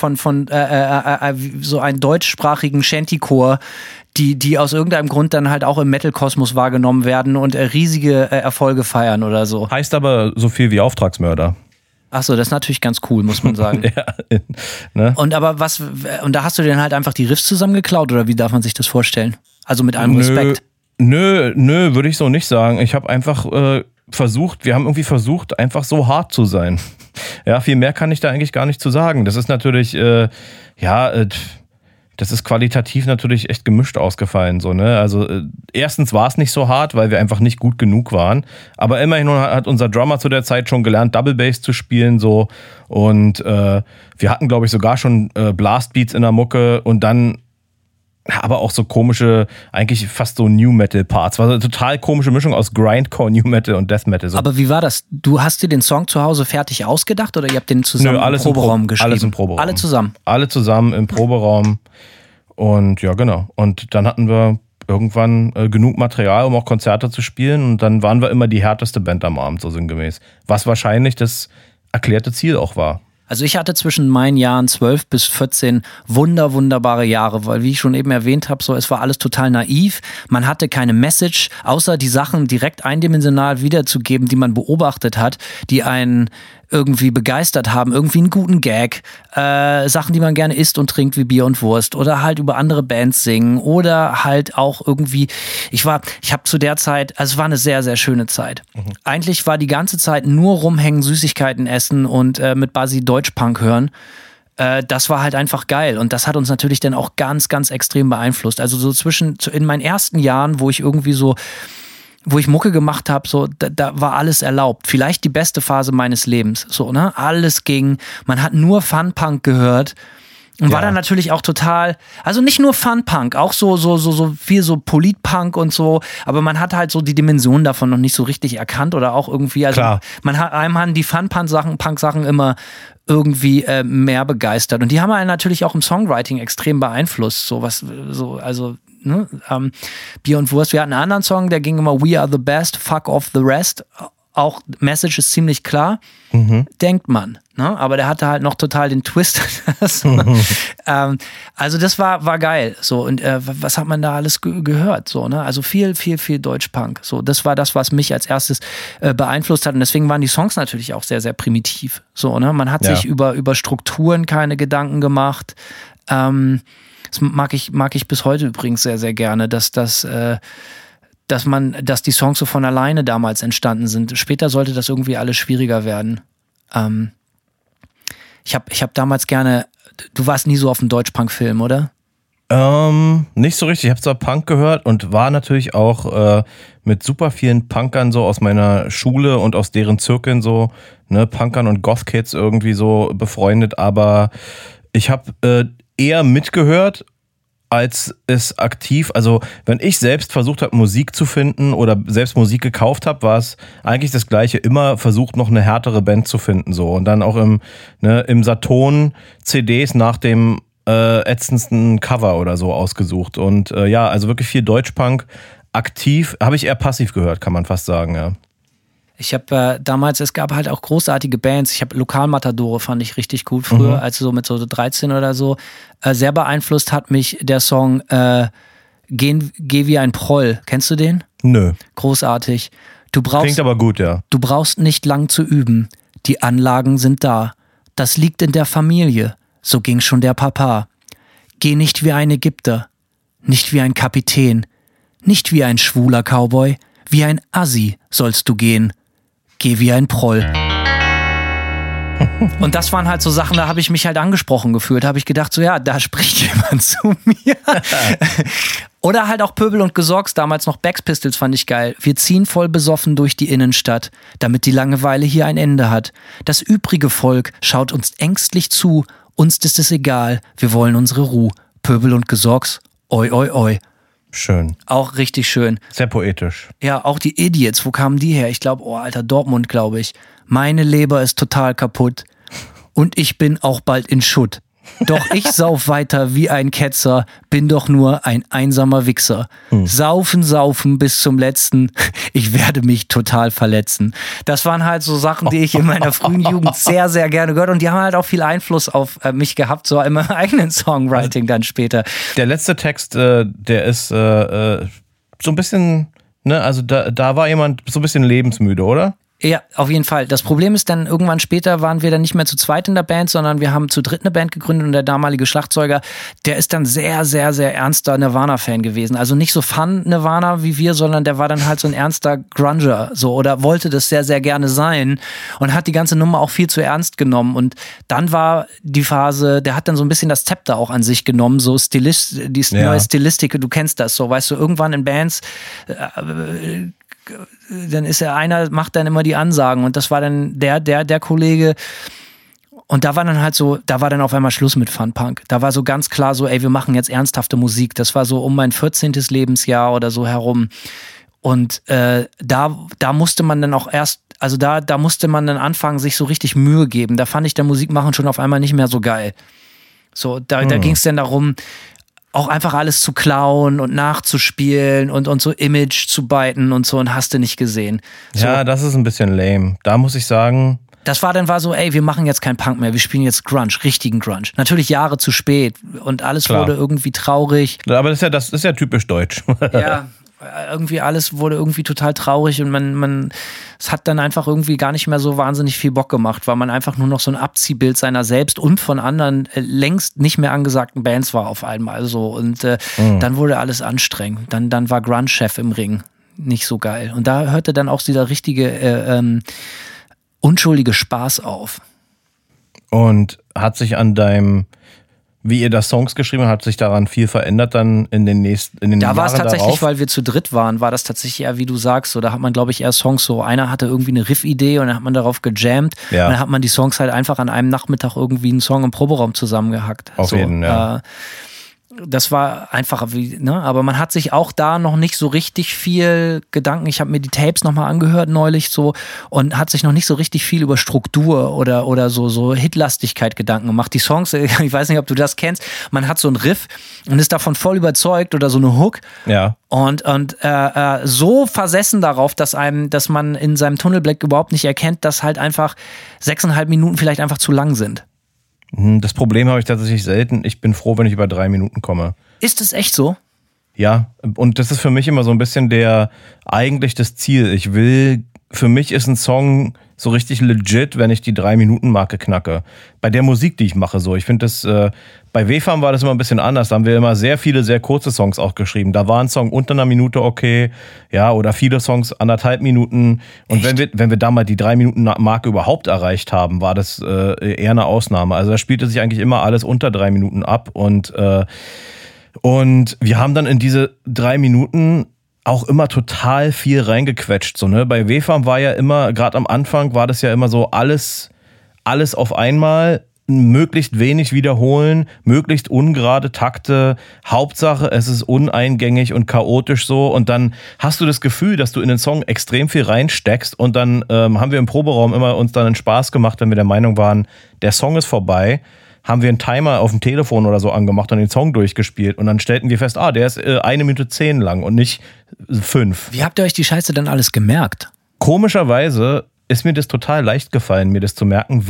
so einem deutschsprachigen Shantychor, die aus irgendeinem Grund dann halt auch im Metal-Kosmos wahrgenommen werden und riesige Erfolge feiern oder so. Heißt aber so viel wie Auftragsmörder. Achso, das ist natürlich ganz cool, muss man sagen. Ja, ne? Und da hast du dir dann halt einfach die Riffs zusammengeklaut oder wie darf man sich das vorstellen? Also mit allem Respekt. Nö, würde ich so nicht sagen. Ich habe einfach wir haben irgendwie versucht, einfach so hart zu sein. Ja, viel mehr kann ich da eigentlich gar nicht zu sagen. Das ist natürlich, das ist qualitativ natürlich echt gemischt ausgefallen. So, ne? Also erstens war es nicht so hart, weil wir einfach nicht gut genug waren. Aber immerhin hat unser Drummer zu der Zeit schon gelernt, Double Bass zu spielen. So. Und wir hatten, glaube ich, sogar schon Blastbeats in der Mucke und dann aber auch so komische, eigentlich fast so New Metal Parts. War so eine total komische Mischung aus Grindcore, New Metal und Death Metal. So. Aber wie war das? Du hast dir den Song zu Hause fertig ausgedacht oder ihr habt den zusammen im Proberaum geschrieben? Alles im Proberaum. Alle zusammen? Alle zusammen im Proberaum. Und ja, genau. Und dann hatten wir irgendwann genug Material, um auch Konzerte zu spielen. Und dann waren wir immer die härteste Band am Abend, so sinngemäß. Was wahrscheinlich das erklärte Ziel auch war. Also ich hatte zwischen meinen Jahren 12 bis 14 wunderbare Jahre, weil wie ich schon eben erwähnt habe, so es war alles total naiv. Man hatte keine Message, außer die Sachen direkt eindimensional wiederzugeben, die man beobachtet hat, die einen irgendwie begeistert haben, irgendwie einen guten Gag, Sachen, die man gerne isst und trinkt, wie Bier und Wurst oder halt über andere Bands singen oder halt auch irgendwie, ich habe zu der Zeit, also es war eine sehr, sehr schöne Zeit. Mhm. Eigentlich war die ganze Zeit nur rumhängen, Süßigkeiten essen und mit Basi Deutschpunk hören. Das war halt einfach geil und das hat uns natürlich dann auch ganz, ganz extrem beeinflusst. Also so in meinen ersten Jahren, wo ich Mucke gemacht habe, so da war alles erlaubt. Vielleicht die beste Phase meines Lebens. So, ne? Alles ging. Man hat nur Fun-Punk gehört. Und war dann natürlich auch total, also nicht nur Fun-Punk, auch so viel so Polit-Punk und so, aber man hat halt so die Dimension davon noch nicht so richtig erkannt oder auch irgendwie, also einem haben die Punk-Sachen immer irgendwie mehr begeistert. Und die haben einen natürlich auch im Songwriting extrem beeinflusst. Ne? Bier und Wurst. Wir hatten einen anderen Song, der ging immer We are the best, fuck off the rest. Auch Message ist ziemlich klar, denkt man. Ne? Aber der hatte halt noch total den Twist. Also das war geil. So, und was hat man da alles gehört? So, ne? Also viel Deutschpunk. So, das war das, was mich als erstes beeinflusst hat. Und deswegen waren die Songs natürlich auch sehr, sehr primitiv. So, ne? Man hat sich über Strukturen keine Gedanken gemacht. Das mag ich bis heute übrigens sehr, sehr gerne, dass die Songs so von alleine damals entstanden sind. Später sollte das irgendwie alles schwieriger werden. Ich hab damals gerne, du warst nie so auf einem Deutschpunk-Film, oder? Nicht so richtig. Ich habe zwar Punk gehört und war natürlich auch mit super vielen Punkern so aus meiner Schule und aus deren Zirkeln so, ne, Punkern und Goth-Kids irgendwie so befreundet, aber ich habe eher mitgehört, als es aktiv, also wenn ich selbst versucht habe, Musik zu finden oder selbst Musik gekauft habe, war es eigentlich das Gleiche, immer versucht, noch eine härtere Band zu finden, so. Und dann auch im Saturn CDs nach dem ätzendsten Cover oder so ausgesucht. Und also wirklich viel Deutschpunk aktiv, habe ich eher passiv gehört, kann man fast sagen, ja. Ich habe damals, es gab halt auch großartige Bands. Ich habe Lokalmatadore, fand ich richtig gut früher, als so mit so 13 oder so. Sehr beeinflusst hat mich der Song Geh wie ein Proll. Kennst du den? Nö. Großartig. Klingt aber gut, ja. Du brauchst nicht lang zu üben. Die Anlagen sind da. Das liegt in der Familie. So ging schon der Papa. Geh nicht wie ein Ägypter. Nicht wie ein Kapitän. Nicht wie ein schwuler Cowboy. Wie ein Assi sollst du gehen. Geh wie ein Proll. Und das waren halt so Sachen, da habe ich mich halt angesprochen gefühlt. Da habe ich gedacht, so ja, da spricht jemand zu mir. Oder halt auch Pöbel und Gesorgs, damals noch Sex Pistols, fand ich geil. Wir ziehen voll besoffen durch die Innenstadt, damit die Langeweile hier ein Ende hat. Das übrige Volk schaut uns ängstlich zu. Uns ist es egal, wir wollen unsere Ruhe. Pöbel und Gesorgs, oi, oi, oi. Schön. Auch richtig schön. Sehr poetisch. Ja, auch die Idiots, wo kamen die her? Ich glaube, Dortmund, glaube ich. Meine Leber ist total kaputt und ich bin auch bald in Schutt. Doch ich sauf weiter wie ein Ketzer, bin doch nur ein einsamer Wichser. Saufen bis zum Letzten, ich werde mich total verletzen. Das waren halt so Sachen, die ich in meiner frühen Jugend sehr, sehr gerne gehört und die haben halt auch viel Einfluss auf mich gehabt, so in meinem eigenen Songwriting dann später. Der letzte Text, der ist so ein bisschen, ne, also da war jemand so ein bisschen lebensmüde, oder? Ja, auf jeden Fall. Das Problem ist dann, irgendwann später waren wir dann nicht mehr zu zweit in der Band, sondern wir haben zu dritt eine Band gegründet und der damalige Schlagzeuger, der ist dann sehr, sehr, sehr ernster Nirvana-Fan gewesen. Also nicht so Fun-Nirvana wie wir, sondern der war dann halt so ein ernster Grunger, so, oder wollte das sehr, sehr gerne sein und hat die ganze Nummer auch viel zu ernst genommen. Und dann war die Phase, der hat dann so ein bisschen das Zepter auch an sich genommen, so neue Stilistik, du kennst das so, weißt du, irgendwann in Bands, dann ist einer, macht dann immer die Ansagen und das war dann der Kollege und da war dann halt so, da war dann auf einmal Schluss mit Funpunk. Da war so ganz klar so, ey, wir machen jetzt ernsthafte Musik. Das war so um mein 14. Lebensjahr oder so herum und da musste man dann auch erst, also da musste man dann anfangen, sich so richtig Mühe geben. Da fand ich der Musikmachen schon auf einmal nicht mehr so geil. So, da ging es dann darum, auch einfach alles zu klauen und nachzuspielen und so Image zu biten und so und hast du nicht gesehen. So. Ja, das ist ein bisschen lame. Da muss ich sagen... Das war so, ey, wir machen jetzt keinen Punk mehr, wir spielen jetzt Grunge, richtigen Grunge. Natürlich Jahre zu spät und alles wurde irgendwie traurig. Aber das ist ja typisch deutsch. Ja, irgendwie alles wurde irgendwie total traurig und es hat dann einfach irgendwie gar nicht mehr so wahnsinnig viel Bock gemacht, weil man einfach nur noch so ein Abziehbild seiner selbst und von anderen längst nicht mehr angesagten Bands war auf einmal so und dann wurde alles anstrengend. Dann war Grunge-Chef im Ring nicht so geil und da hörte dann auch dieser richtige unschuldige Spaß auf. Und hat sich an deinem, wie ihr da Songs geschrieben habt, hat sich daran viel verändert dann in den Jahren darauf? Da war es tatsächlich, weil wir zu dritt waren, war das tatsächlich eher, wie du sagst, so, da hat man, glaube ich, eher Songs so, einer hatte irgendwie eine Riff-Idee und dann hat man darauf gejammt und dann hat man die Songs halt einfach an einem Nachmittag irgendwie einen Song im Proberaum zusammengehackt. Auf jeden, ja. Das war einfacher, aber man hat sich auch da noch nicht so richtig viel Gedanken, ich habe mir die Tapes nochmal angehört neulich so und hat sich noch nicht so richtig viel über Struktur oder so Hitlastigkeit Gedanken gemacht. Die Songs, ich weiß nicht, ob du das kennst, man hat so einen Riff und ist davon voll überzeugt oder so eine Hook und so versessen darauf, dass man in seinem Tunnelblick überhaupt nicht erkennt, dass halt einfach 6,5 Minuten vielleicht einfach zu lang sind. Das Problem habe ich tatsächlich selten. Ich bin froh, wenn ich über 3 Minuten komme. Ist es echt so? Ja, und das ist für mich immer so ein bisschen eigentlich das Ziel. Für mich ist ein Song so richtig legit, wenn ich die 3-Minuten-Marke knacke. Bei der Musik, die ich mache, so. Ich finde das, bei WFAM war das immer ein bisschen anders. Da haben wir immer sehr viele, sehr kurze Songs auch geschrieben. Da war ein Song unter einer Minute okay, ja, oder viele Songs 1,5 Minuten. Und wenn wir da mal die 3-Minuten-Marke überhaupt erreicht haben, war das eher eine Ausnahme. Also da spielte sich eigentlich immer alles unter 3 Minuten ab. Und wir haben dann in diese 3 Minuten auch immer total viel reingequetscht. So, ne? Bei WFAM war ja immer, gerade am Anfang war das ja immer so alles auf einmal, möglichst wenig wiederholen, möglichst ungerade Takte, Hauptsache es ist uneingängig und chaotisch so und dann hast du das Gefühl, dass du in den Song extrem viel reinsteckst und dann haben wir im Proberaum immer uns dann einen Spaß gemacht, wenn wir der Meinung waren, der Song ist vorbei, haben wir einen Timer auf dem Telefon oder so angemacht und den Song durchgespielt und dann stellten wir fest, der ist 1 Minute 10 lang und nicht 5. Wie habt ihr euch die Scheiße dann alles gemerkt? Komischerweise ist mir das total leicht gefallen, mir das zu merken,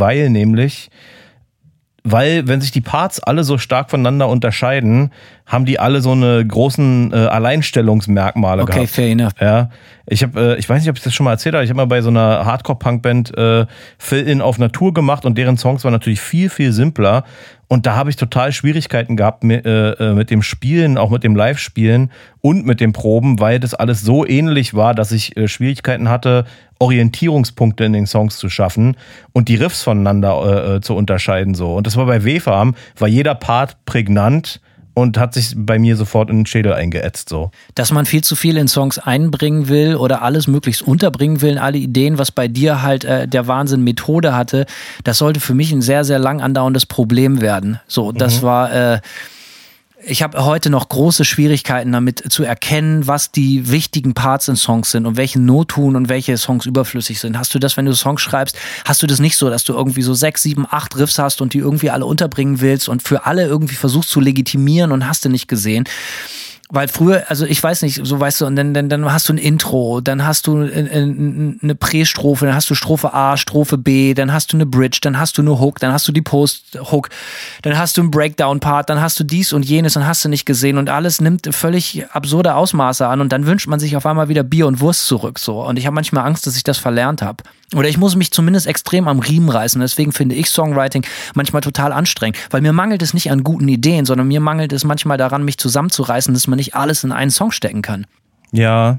weil wenn sich die Parts alle so stark voneinander unterscheiden, haben die alle so eine großen Alleinstellungsmerkmale gehabt. Okay, fair enough. Ja, ich weiß nicht, ob ich das schon mal erzählt habe, ich habe mal bei so einer Hardcore-Punk-Band Fill-In auf Natur gemacht und deren Songs waren natürlich viel, viel simpler und da habe ich total Schwierigkeiten gehabt mit dem Spielen, auch mit dem Live-Spielen und mit den Proben, weil das alles so ähnlich war, dass ich Schwierigkeiten hatte, Orientierungspunkte in den Songs zu schaffen und die Riffs voneinander zu unterscheiden so. Und das war bei W-Farm, war jeder Part prägnant und hat sich bei mir sofort in den Schädel eingeätzt so. Dass man viel zu viel in Songs einbringen will oder alles möglichst unterbringen will, alle Ideen, was bei dir halt der Wahnsinn Methode hatte, das sollte für mich ein sehr, sehr lang andauerndes Problem werden. So, das war... Ich habe heute noch große Schwierigkeiten damit zu erkennen, was die wichtigen Parts in Songs sind und welche Not tun und welche Songs überflüssig sind. Hast du das, wenn du Songs schreibst, hast du das nicht so, dass du irgendwie so 6, 7, 8 Riffs hast und die irgendwie alle unterbringen willst und für alle irgendwie versuchst zu legitimieren und hast du nicht gesehen? Weil früher, also ich weiß nicht, so weißt du, und dann hast du ein Intro, dann hast du eine Prästrophe, dann hast du Strophe A, Strophe B, dann hast du eine Bridge, dann hast du eine Hook, dann hast du die Post-Hook, dann hast du einen Breakdown-Part, dann hast du dies und jenes und hast du nicht gesehen und alles nimmt völlig absurde Ausmaße an und dann wünscht man sich auf einmal wieder Bier und Wurst zurück, so. Und ich habe manchmal Angst, dass ich das verlernt habe. Oder ich muss mich zumindest extrem am Riemen reißen. Deswegen finde ich Songwriting manchmal total anstrengend. Weil mir mangelt es nicht an guten Ideen, sondern mir mangelt es manchmal daran, mich zusammenzureißen, dass man nicht alles in einen Song stecken kann. Ja,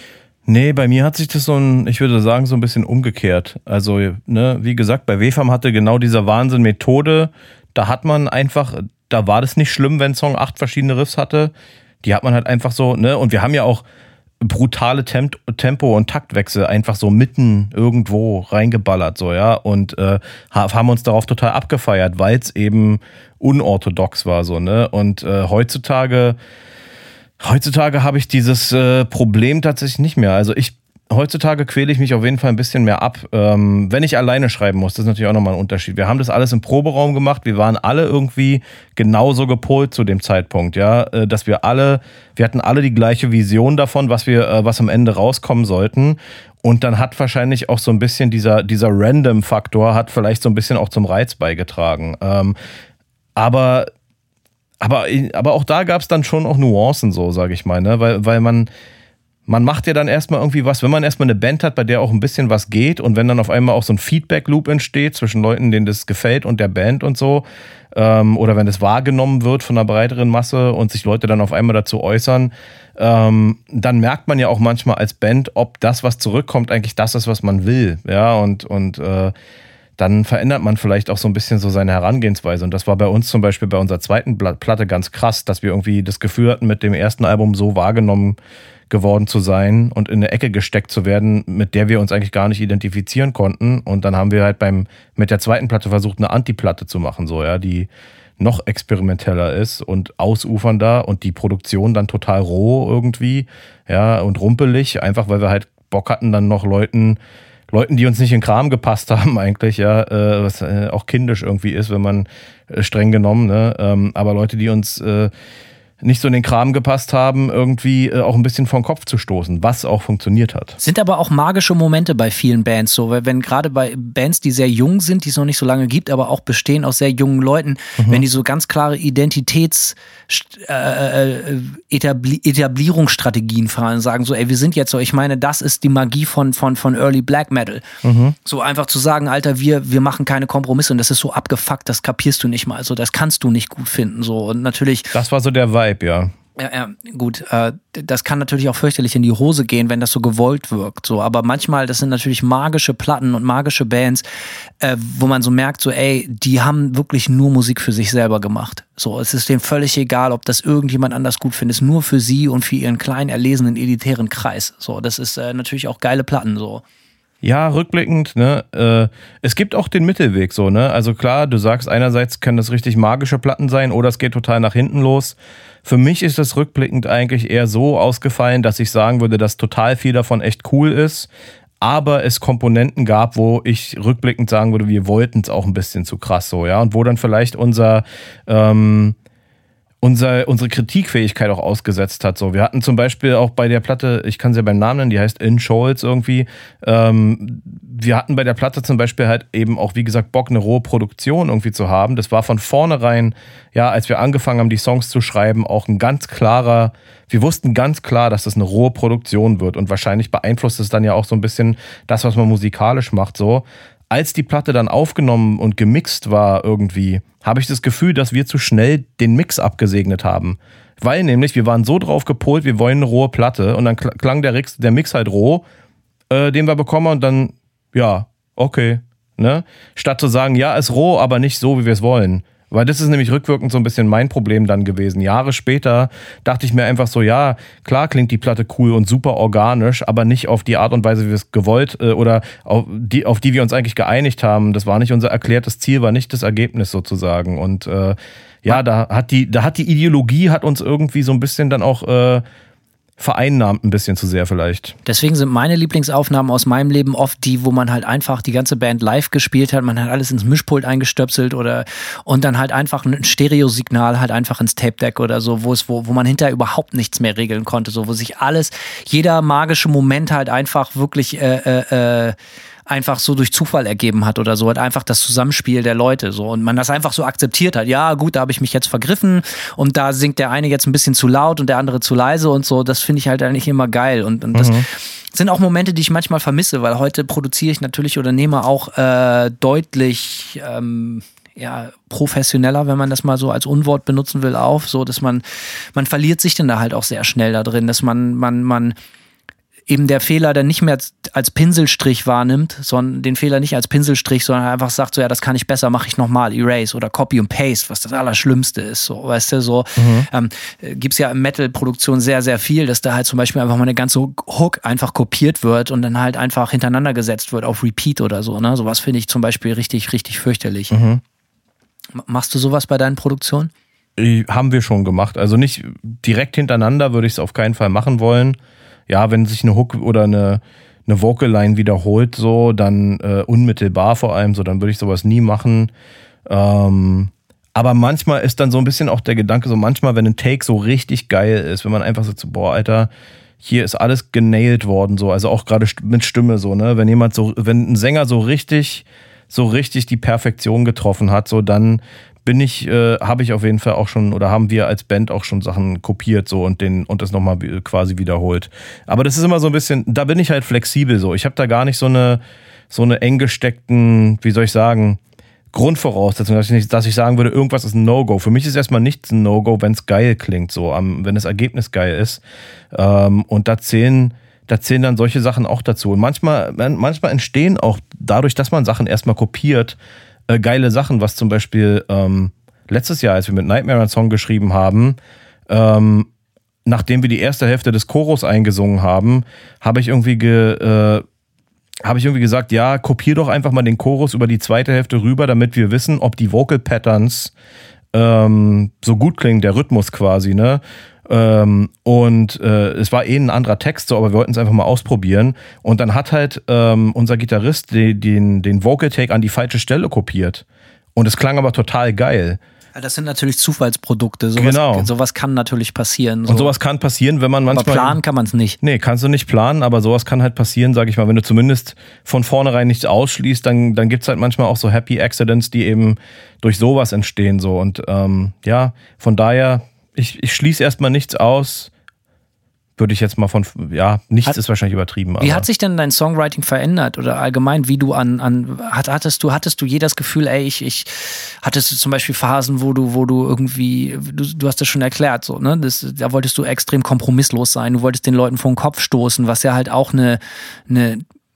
nee, bei mir hat sich das ich würde sagen, so ein bisschen umgekehrt. Also, ne, wie gesagt, bei W-Farm hatte genau diese Wahnsinn-Methode. Da hat man einfach, da war das nicht schlimm, wenn ein Song 8 verschiedene Riffs hatte. Die hat man halt einfach so, ne, und wir haben ja auch brutale Tempo- und Taktwechsel einfach so mitten irgendwo reingeballert, so, ja, und haben uns darauf total abgefeiert, weil es eben unorthodox war, so, ne, und heutzutage habe ich dieses Problem tatsächlich nicht mehr, also heutzutage quäle ich mich auf jeden Fall ein bisschen mehr ab, wenn ich alleine schreiben muss. Das ist natürlich auch nochmal ein Unterschied. Wir haben das alles im Proberaum gemacht. Wir waren alle irgendwie genauso gepolt zu dem Zeitpunkt, ja, dass wir hatten alle die gleiche Vision davon, was am Ende rauskommen sollten. Und dann hat wahrscheinlich auch so ein bisschen dieser Random-Faktor hat vielleicht so ein bisschen auch zum Reiz beigetragen. Aber auch da gab es dann schon auch Nuancen, so sage ich mal, ne, weil man macht ja dann erstmal irgendwie was, wenn man erstmal eine Band hat, bei der auch ein bisschen was geht und wenn dann auf einmal auch so ein Feedback-Loop entsteht zwischen Leuten, denen das gefällt und der Band und so, oder wenn das wahrgenommen wird von einer breiteren Masse und sich Leute dann auf einmal dazu äußern, dann merkt man ja auch manchmal als Band, ob das, was zurückkommt, eigentlich das ist, was man will, ja, und dann verändert man vielleicht auch so ein bisschen so seine Herangehensweise. Und das war bei uns zum Beispiel bei unserer zweiten Platte ganz krass, dass wir irgendwie das Gefühl hatten, mit dem ersten Album so wahrgenommen geworden zu sein und in eine Ecke gesteckt zu werden, mit der wir uns eigentlich gar nicht identifizieren konnten. Und dann haben wir halt mit der zweiten Platte versucht, eine Antiplatte zu machen, so, ja, die noch experimenteller ist und ausufernder und die Produktion dann total roh irgendwie, ja, und rumpelig, einfach weil wir halt Bock hatten, dann noch Leuten, die uns nicht in den Kram gepasst haben eigentlich, ja, was auch kindisch irgendwie ist, wenn man streng genommen, ne, aber Leute, die uns nicht so in den Kram gepasst haben, irgendwie auch ein bisschen vor den Kopf zu stoßen, was auch funktioniert hat. Sind aber auch magische Momente bei vielen Bands so, weil wenn gerade bei Bands, die sehr jung sind, die es noch nicht so lange gibt, aber auch bestehen aus sehr jungen Leuten, wenn die so ganz klare Etablierungsstrategien fahren und sagen so, ey, wir sind jetzt so, ich meine, das ist die Magie von Early Black Metal. So einfach zu sagen, Alter, wir machen keine Kompromisse und das ist so abgefuckt, das kapierst du nicht mal, so, das kannst du nicht gut finden, so, und natürlich. Das war so der Vibe, ja. Ja, gut, das kann natürlich auch fürchterlich in die Hose gehen, wenn das so gewollt wirkt, so, aber manchmal, das sind natürlich magische Platten und magische Bands, wo man so merkt, so, ey, die haben wirklich nur Musik für sich selber gemacht, so, es ist denen völlig egal, ob das irgendjemand anders gut findet, es ist nur für sie und für ihren kleinen, erlesenen, elitären Kreis, so, das ist natürlich auch geile Platten, so. Ja, rückblickend, ne, es gibt auch den Mittelweg so, ne, also klar, du sagst einerseits können das richtig magische Platten sein oder es geht total nach hinten los. Für mich ist das rückblickend eigentlich eher so ausgefallen, dass ich sagen würde, dass total viel davon echt cool ist, aber es Komponenten gab, wo ich rückblickend sagen würde, wir wollten es auch ein bisschen zu krass so, ja, und wo dann vielleicht unsere Kritikfähigkeit auch ausgesetzt hat. So, wir hatten zum Beispiel auch bei der Platte, ich kann sie ja beim Namen nennen, die heißt In Scholz irgendwie. Wir hatten bei der Platte zum Beispiel halt eben auch, wie gesagt, Bock, eine rohe Produktion irgendwie zu haben. Das war von vornherein, ja, als wir angefangen haben, die Songs zu schreiben, auch ein ganz klarer, wir wussten ganz klar, dass das eine rohe Produktion wird und wahrscheinlich beeinflusst es dann ja auch so ein bisschen das, was man musikalisch macht, so. Als die Platte dann aufgenommen und gemixt war irgendwie, habe ich das Gefühl, dass wir zu schnell den Mix abgesegnet haben. Weil nämlich, wir waren so drauf gepolt, wir wollen eine rohe Platte und dann klang der Mix halt roh, den wir bekommen und dann, ja, okay, ne? Statt zu sagen, ja, ist roh, aber nicht so, wie wir es wollen. Weil das ist nämlich rückwirkend so ein bisschen mein Problem dann gewesen. Jahre später dachte ich mir einfach so, ja, klar klingt die Platte cool und super organisch, aber nicht auf die Art und Weise, wie wir es gewollt oder auf die wir uns eigentlich geeinigt haben. Das war nicht unser erklärtes Ziel, war nicht das Ergebnis sozusagen. Und ja, da hat die Ideologie hat uns irgendwie so ein bisschen dann auch vereinnahmt ein bisschen zu sehr vielleicht. Deswegen sind meine Lieblingsaufnahmen aus meinem Leben oft die, wo man halt einfach die ganze Band live gespielt hat, man hat alles ins Mischpult eingestöpselt und dann halt einfach ein Stereosignal halt einfach ins Tape-Deck oder so, wo man hinterher überhaupt nichts mehr regeln konnte, so wo sich jeder magische Moment halt einfach wirklich einfach so durch Zufall ergeben hat oder so, halt einfach das Zusammenspiel der Leute so und man das einfach so akzeptiert hat. Ja, gut, da habe ich mich jetzt vergriffen und da singt der eine jetzt ein bisschen zu laut und der andere zu leise und so. Das finde ich halt eigentlich immer geil und das sind auch Momente, die ich manchmal vermisse, weil heute produziere ich natürlich oder nehme auch deutlich professioneller, wenn man das mal so als Unwort benutzen will, auf, so dass man verliert sich dann da halt auch sehr schnell da drin, dass man eben der Fehler dann nicht mehr als Pinselstrich wahrnimmt, sondern den Fehler nicht als Pinselstrich, sondern einfach sagt so, ja, das kann ich besser, mache ich nochmal, Erase oder Copy und Paste, was das Allerschlimmste ist, so, weißt du, so. Gibt's ja in Metal-Produktion sehr, sehr viel, dass da halt zum Beispiel einfach mal eine ganze Hook einfach kopiert wird und dann halt einfach hintereinander gesetzt wird auf Repeat oder so, ne, sowas finde ich zum Beispiel richtig, richtig fürchterlich. Machst du sowas bei deinen Produktionen? Haben wir schon gemacht, also nicht direkt hintereinander würde ich es auf keinen Fall machen wollen. Ja, wenn sich eine Hook oder eine Vocal-Line wiederholt, so, dann unmittelbar vor allem, so, dann würde ich sowas nie machen. Aber manchmal ist dann so ein bisschen auch der Gedanke, so manchmal, wenn ein Take so richtig geil ist, wenn man einfach sagt, so, boah, Alter, hier ist alles genailt worden, so, also auch gerade mit Stimme, so, ne, wenn ein Sänger so richtig die Perfektion getroffen hat, so, dann habe ich auf jeden Fall auch schon, oder haben wir als Band auch schon Sachen kopiert so und das nochmal quasi wiederholt. Aber das ist immer so ein bisschen, da bin ich halt flexibel so. Ich habe da gar nicht so eine eng gesteckten, wie soll ich sagen, Grundvoraussetzung, dass ich sagen würde, irgendwas ist ein No-Go. Für mich ist erstmal nichts ein No-Go, wenn es geil klingt, so, wenn das Ergebnis geil ist. Und da zählen dann solche Sachen auch dazu. Und manchmal entstehen auch dadurch, dass man Sachen erstmal kopiert, geile Sachen, was zum Beispiel letztes Jahr, als wir mit Nightmare einen Song geschrieben haben, nachdem wir die erste Hälfte des Chorus eingesungen haben, habe ich irgendwie gesagt, ja, kopier doch einfach mal den Chorus über die zweite Hälfte rüber, damit wir wissen, ob die Vocal Patterns so gut klingen, der Rhythmus quasi, ne? Es war ein anderer Text, so, aber wir wollten es einfach mal ausprobieren. Und dann hat halt unser Gitarrist den Vocal Take an die falsche Stelle kopiert. Und es klang aber total geil. Das sind natürlich Zufallsprodukte. Sowas kann natürlich passieren. So. Und sowas kann passieren, wenn man manchmal... Aber planen kann man es nicht. Nee, kannst du nicht planen, aber sowas kann halt passieren, sag ich mal, wenn du zumindest von vornherein nichts ausschließt, dann gibt's halt manchmal auch so Happy Accidents, die eben durch sowas entstehen. So. Und ja, von daher... Ich schließe erstmal nichts aus, würde ich jetzt mal nichts ist wahrscheinlich übertrieben. Wie hat sich denn dein Songwriting verändert oder allgemein, wie du hattest du je das Gefühl, hattest du zum Beispiel Phasen, wo du irgendwie, du hast das schon erklärt, so, ne, da wolltest du extrem kompromisslos sein, du wolltest den Leuten vor den Kopf stoßen, was ja halt auch eine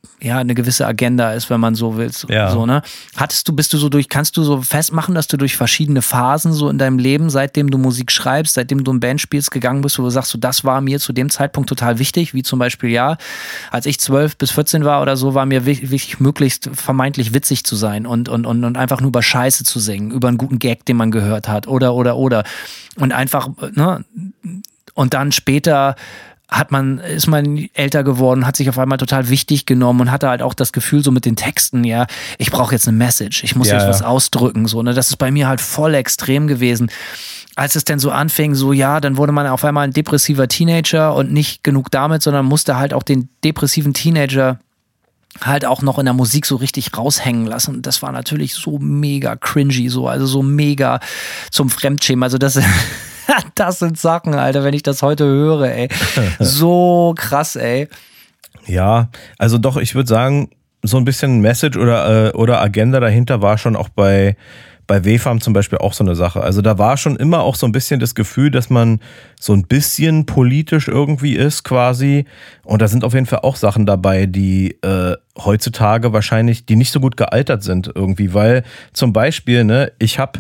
eine gewisse Agenda ist, wenn man so will. Ja. So, ne? Kannst du so festmachen, dass du durch verschiedene Phasen so in deinem Leben, seitdem du Musik schreibst, seitdem du in Band spielst, gegangen bist, wo du sagst, so, das war mir zu dem Zeitpunkt total wichtig, wie zum Beispiel, als ich 12 bis 14 war oder so, war mir wichtig, möglichst vermeintlich witzig zu sein und einfach nur über Scheiße zu singen, über einen guten Gag, den man gehört hat oder. Und einfach, ne? Und dann später ist man älter geworden, hat sich auf einmal total wichtig genommen und hatte halt auch das Gefühl so mit den Texten, ich brauche jetzt eine Message, ich muss jetzt was ausdrücken, so, ne, das ist bei mir halt voll extrem gewesen. Als es denn so anfing, dann wurde man auf einmal ein depressiver Teenager und nicht genug damit, sondern musste halt auch den depressiven Teenager halt auch noch in der Musik so richtig raushängen lassen. Das war natürlich so mega cringy, also so mega zum Fremdschämen, also das sind Sachen, Alter, wenn ich das heute höre, ey. So krass, ey. Ja, also doch, ich würde sagen, so ein bisschen Message oder Agenda dahinter war schon auch bei WFAM zum Beispiel auch so eine Sache. Also da war schon immer auch so ein bisschen das Gefühl, dass man so ein bisschen politisch irgendwie ist quasi. Und da sind auf jeden Fall auch Sachen dabei, die heutzutage wahrscheinlich, die nicht so gut gealtert sind irgendwie. Weil zum Beispiel, ne, ich habe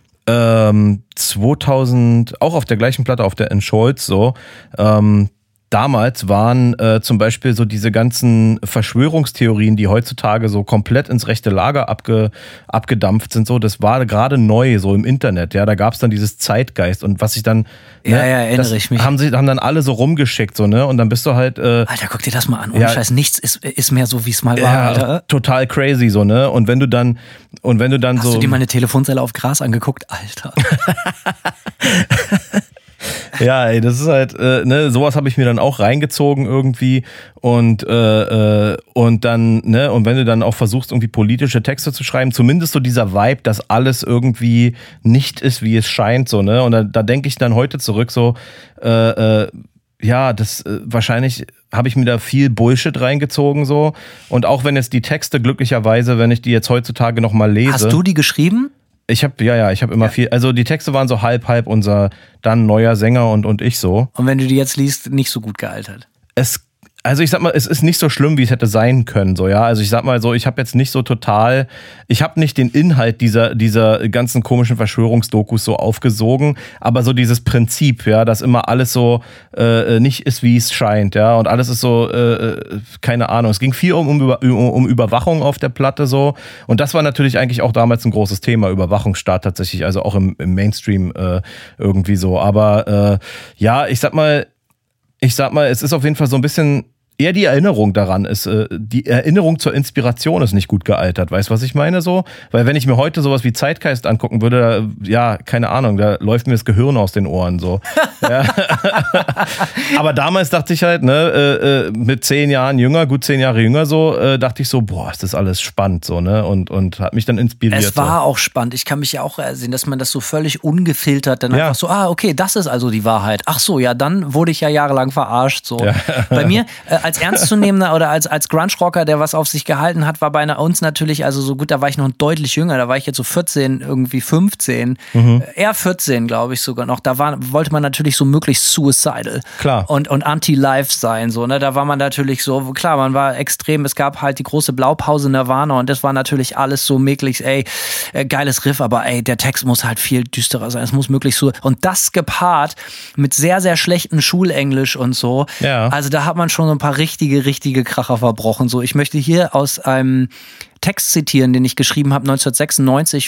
2000, auch auf der gleichen Platte, auf der In Scholz so, damals waren zum Beispiel so diese ganzen Verschwörungstheorien, die heutzutage so komplett ins rechte Lager abgedampft sind, so, das war gerade neu so im Internet, ja, da gab es dann dieses Zeitgeist und was ich dann, erinnere ich mich. Haben dann alle so rumgeschickt, so, ne, und dann bist du halt, Alter, guck dir das mal an, ohne Scheiß, nichts ist mehr so, wie es mal war, Alter. Total crazy, so, ne, und wenn du dann Hast so... du dir meine Telefonzelle auf Gras angeguckt? Alter. Ja, ey, das ist halt, sowas habe ich mir dann auch reingezogen irgendwie und dann, ne, und wenn du dann auch versuchst, irgendwie politische Texte zu schreiben, zumindest so dieser Vibe, dass alles irgendwie nicht ist, wie es scheint, so, ne, und da denke ich dann heute zurück, so, wahrscheinlich habe ich mir da viel Bullshit reingezogen, so, und auch wenn jetzt die Texte glücklicherweise, wenn ich die jetzt heutzutage nochmal lese. Hast du die geschrieben? Ich habe immer viel, also die Texte waren so halb unser dann neuer Sänger und ich so. Und wenn du die jetzt liest, nicht so gut gealtert? Also ich sag mal, es ist nicht so schlimm, wie es hätte sein können, so, ja. Also ich sag mal so, ich habe jetzt nicht so ich habe nicht den Inhalt dieser ganzen komischen Verschwörungsdokus so aufgesogen, aber so dieses Prinzip, ja, dass immer alles so nicht ist, wie es scheint, ja, und alles ist so, keine Ahnung. Es ging viel um Überwachung auf der Platte so, und das war natürlich eigentlich auch damals ein großes Thema, Überwachungsstaat tatsächlich, also auch im Mainstream irgendwie so. Aber ich sag mal, es ist auf jeden Fall so ein bisschen eher die Erinnerung daran ist, die Erinnerung zur Inspiration ist nicht gut gealtert. Weißt du, was ich meine so? Weil wenn ich mir heute sowas wie Zeitgeist angucken würde, keine Ahnung, da läuft mir das Gehirn aus den Ohren so. Ja. Aber damals dachte ich halt, ne, mit 10 Jahren jünger, gut 10 Jahre jünger so, dachte ich so, boah, ist das alles spannend so, ne? Und hat mich dann inspiriert. Es war auch spannend. Ich kann mich ja auch sehen, dass man das so völlig ungefiltert dann einfach so, okay, das ist also die Wahrheit. Ach so, ja, dann wurde ich ja jahrelang verarscht so. Ja. Bei mir, als ernstzunehmender oder als Grunge-Rocker, der was auf sich gehalten hat, war bei uns natürlich, also so gut, da war ich noch deutlich jünger, da war ich jetzt so 14, irgendwie 15, eher 14, glaube ich sogar noch. Da wollte man natürlich so möglichst suicidal. Klar. Und anti-life sein, so, ne? Da war man natürlich so, klar, man war extrem, es gab halt die große Blaupause Nirvana und das war natürlich alles so möglichst, geiles Riff, aber der Text muss halt viel düsterer sein, es muss möglichst so, und das gepaart mit sehr, sehr schlechtem Schulenglisch und so, also da hat man schon so ein paar richtige Kracher verbrochen. So, ich möchte hier aus einem Text zitieren, den ich geschrieben habe 1996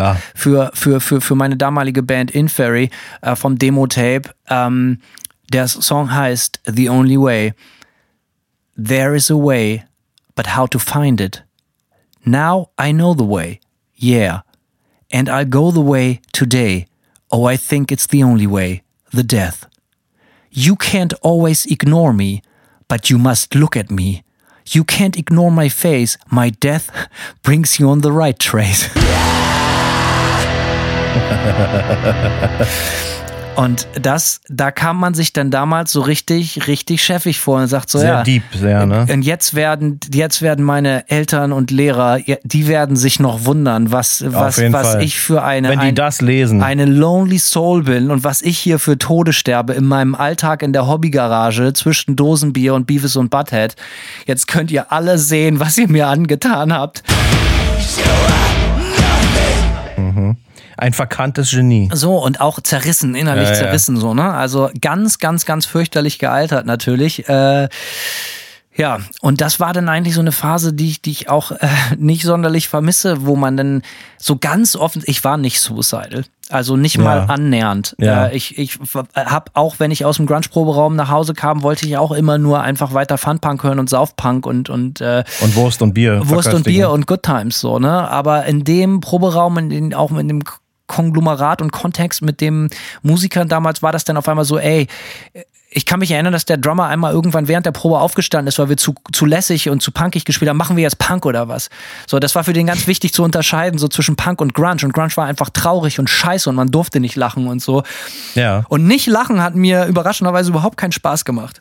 für meine damalige Band Inferi vom Demo-Tape. Der Song heißt The Only Way. There is a way, but how to find it? Now I know the way, yeah. And I'll go the way today. Oh, I think it's the only way, the death. You can't always ignore me, but you must look at me. You can't ignore my face. My death brings you on the right trace. Und da kam man sich dann damals so richtig chefig vor und sagt so, sehr deep, sehr, ne? Und jetzt werden meine Eltern und Lehrer, die werden sich noch wundern, was ich für wenn die das lesen, eine Lonely Soul bin und was ich hier für Tode sterbe in meinem Alltag in der Hobbygarage zwischen Dosenbier und Beavis und Butthead. Jetzt könnt ihr alle sehen, was ihr mir angetan habt. ein verkanntes Genie. So, und auch zerrissen, innerlich zerrissen, so, ne? Also ganz, ganz, ganz fürchterlich gealtert natürlich. Ja, und das war dann eigentlich so eine Phase, die ich auch nicht sonderlich vermisse, wo man dann so ganz offen, ich war nicht suicidal, also nicht mal annähernd. Ja. Ich habe auch, wenn ich aus dem Grunge-Proberaum nach Hause kam, wollte ich auch immer nur einfach weiter Funpunk hören und Saufpunk und Wurst und Bier. Wurst und Bier und Good Times, so, ne? Aber in dem Proberaum, auch in dem Konglomerat und Kontext mit dem Musikern damals war das dann auf einmal so, ey, ich kann mich erinnern, dass der Drummer einmal irgendwann während der Probe aufgestanden ist, weil wir zu lässig und zu punkig gespielt haben. Machen wir jetzt Punk oder was? So, das war für den ganz wichtig zu unterscheiden, so zwischen Punk und Grunge. Und Grunge war einfach traurig und scheiße und man durfte nicht lachen und so. Ja. Und nicht lachen hat mir überraschenderweise überhaupt keinen Spaß gemacht.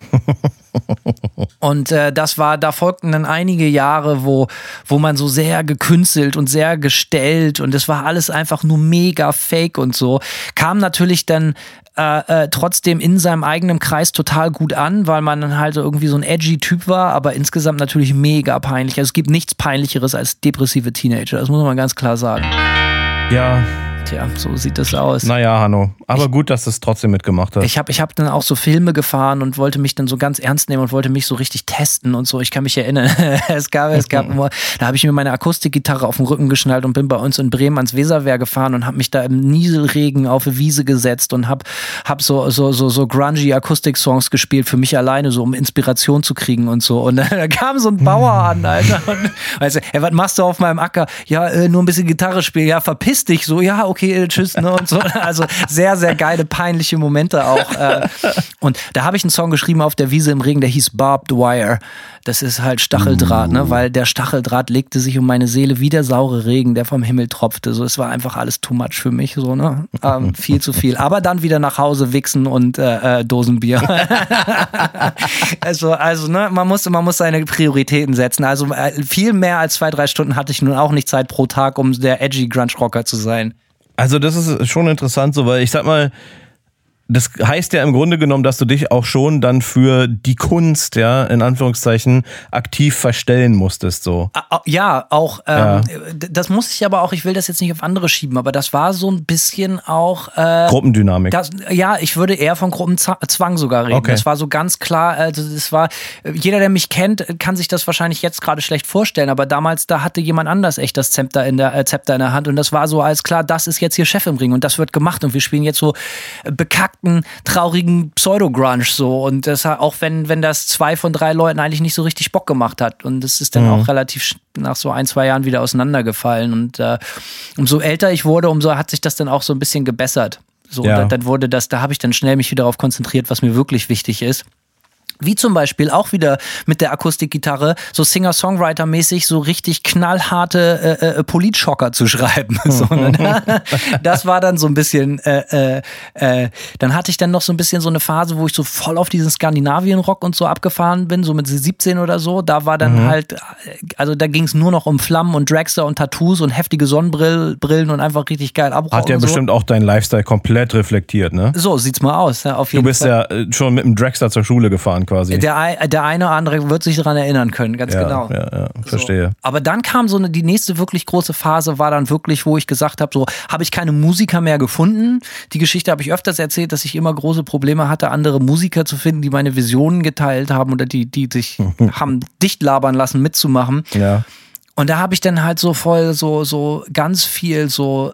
Und da folgten dann einige Jahre, wo man so sehr gekünstelt und sehr gestellt und es war alles einfach nur mega fake und so. Kam natürlich dann trotzdem in seinem eigenen Kreis total gut an, weil man dann halt irgendwie so ein edgy Typ war, aber insgesamt natürlich mega peinlich. Also es gibt nichts Peinlicheres als depressive Teenager, das muss man ganz klar sagen. Ja. Tja, so sieht das aus. Naja, Hanno. Aber gut, dass du es trotzdem mitgemacht hast. Ich hab dann auch so Filme gefahren und wollte mich dann so ganz ernst nehmen und wollte mich so richtig testen und so. Ich kann mich erinnern, es gab immer, da habe ich mir meine Akustikgitarre auf den Rücken geschnallt und bin bei uns in Bremen ans Weserwehr gefahren und habe mich da im Nieselregen auf eine Wiese gesetzt und hab so grungy Akustik-Songs gespielt für mich alleine, so um Inspiration zu kriegen und so. Und da kam so ein Bauer an, Alter. Und weißt du, ey, was machst du auf meinem Acker? Ja, nur ein bisschen Gitarre spielen. Ja, verpiss dich. So, ja, okay, tschüss, ne, und so. Also sehr, sehr geile, peinliche Momente auch. Und da habe ich einen Song geschrieben auf der Wiese im Regen, der hieß Barbed Wire. Das ist halt Stacheldraht, ne, weil der Stacheldraht legte sich um meine Seele wie der saure Regen, der vom Himmel tropfte. So, es war einfach alles too much für mich, so, ne, viel zu viel. Aber dann wieder nach Hause wichsen und Dosenbier. also, ne, man muss seine Prioritäten setzen. Also viel mehr als 2-3 Stunden hatte ich nun auch nicht Zeit pro Tag, um der edgy Grunge-Rocker zu sein. Also das ist schon interessant so, weil ich sag mal, das heißt ja im Grunde genommen, dass du dich auch schon dann für die Kunst, ja, in Anführungszeichen, aktiv verstellen musstest, so. Ja, auch, das muss ich aber auch, ich will das jetzt nicht auf andere schieben, aber das war so ein bisschen auch... Gruppendynamik. Ich würde eher von Gruppenzwang sogar reden. Okay. Das war so ganz klar, also das war, jeder, der mich kennt, kann sich das wahrscheinlich jetzt gerade schlecht vorstellen, aber damals, da hatte jemand anders echt das Zepter in der Hand und das war so alles klar, das ist jetzt hier Chef im Ring und das wird gemacht und wir spielen jetzt so bekackten, traurigen Pseudo-Grunge so und das auch wenn das 2 von 3 Leuten eigentlich nicht so richtig Bock gemacht hat und das ist dann auch relativ nach so 1-2 Jahren wieder auseinandergefallen und umso älter ich wurde, umso hat sich das dann auch so ein bisschen gebessert. So, ja. dann wurde das, da habe ich dann schnell mich wieder darauf konzentriert, was mir wirklich wichtig ist. Wie zum Beispiel auch wieder mit der Akustikgitarre so Singer-Songwriter-mäßig so richtig knallharte Politschocker zu schreiben. So, ne? Das war dann so ein bisschen, dann hatte ich dann noch so ein bisschen so eine Phase, wo ich so voll auf diesen Skandinavien-Rock und so abgefahren bin, so mit 17 oder so. Da war dann halt, also da ging es nur noch um Flammen und Dragster und Tattoos und heftige Sonnenbrillen und einfach richtig geil abrocken. Hat ja bestimmt auch deinen Lifestyle komplett reflektiert, ne? So sieht's mal aus, ja, auf jeden Fall. Du bist ja schon mit dem Dragster zur Schule gefahren quasi. Der eine oder andere wird sich daran erinnern können, ganz genau. Ja, verstehe. So. Aber dann kam die nächste wirklich große Phase, war dann wirklich, wo ich gesagt habe, so, habe ich keine Musiker mehr gefunden. Die Geschichte habe ich öfters erzählt, dass ich immer große Probleme hatte, andere Musiker zu finden, die meine Visionen geteilt haben oder die sich haben dicht labern lassen, mitzumachen. Ja. Und da habe ich dann halt so voll so ganz viel so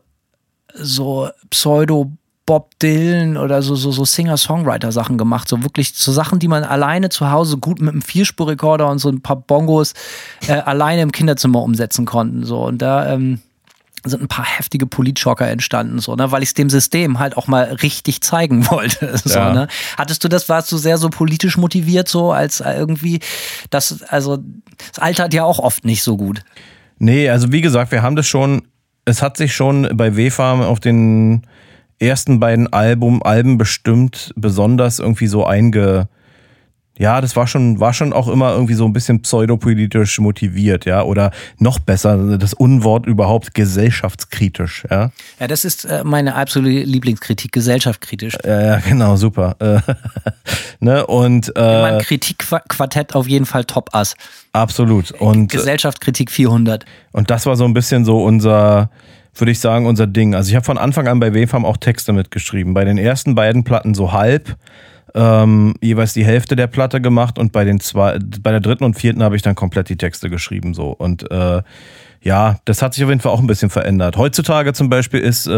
Pseudo Bob Dylan oder so Singer-Songwriter-Sachen gemacht. So wirklich so Sachen, die man alleine zu Hause gut mit einem 4-Spur-Rekorder und so ein paar Bongos alleine im Kinderzimmer umsetzen konnten. So. Und da sind ein paar heftige Politschocker entstanden, so, ne, weil ich es dem System halt auch mal richtig zeigen wollte. So, ja. Ne? Warst du sehr so politisch motiviert, so als irgendwie, das altert ja auch oft nicht so gut. Nee, also wie gesagt, wir haben das schon, es hat sich schon bei W-Farm auf den ersten beiden Alben bestimmt besonders irgendwie so ja, das war schon auch immer irgendwie so ein bisschen pseudopolitisch motiviert, ja, oder noch besser, das Unwort überhaupt, gesellschaftskritisch, ja. Ja, das ist meine absolute Lieblingskritik, gesellschaftskritisch. Ja, genau, super. Ne, und Mein Kritikquartett auf jeden Fall Top-Ass. Absolut. Und Gesellschaftskritik 400. Und das war so ein bisschen so würde ich sagen, unser Ding. Also ich habe von Anfang an bei WFAM auch Texte mitgeschrieben. Bei den ersten beiden Platten so halb. Jeweils die Hälfte der Platte gemacht und bei der dritten und vierten habe ich dann komplett die Texte geschrieben so und ja, das hat sich auf jeden Fall auch ein bisschen verändert. Heutzutage zum Beispiel ist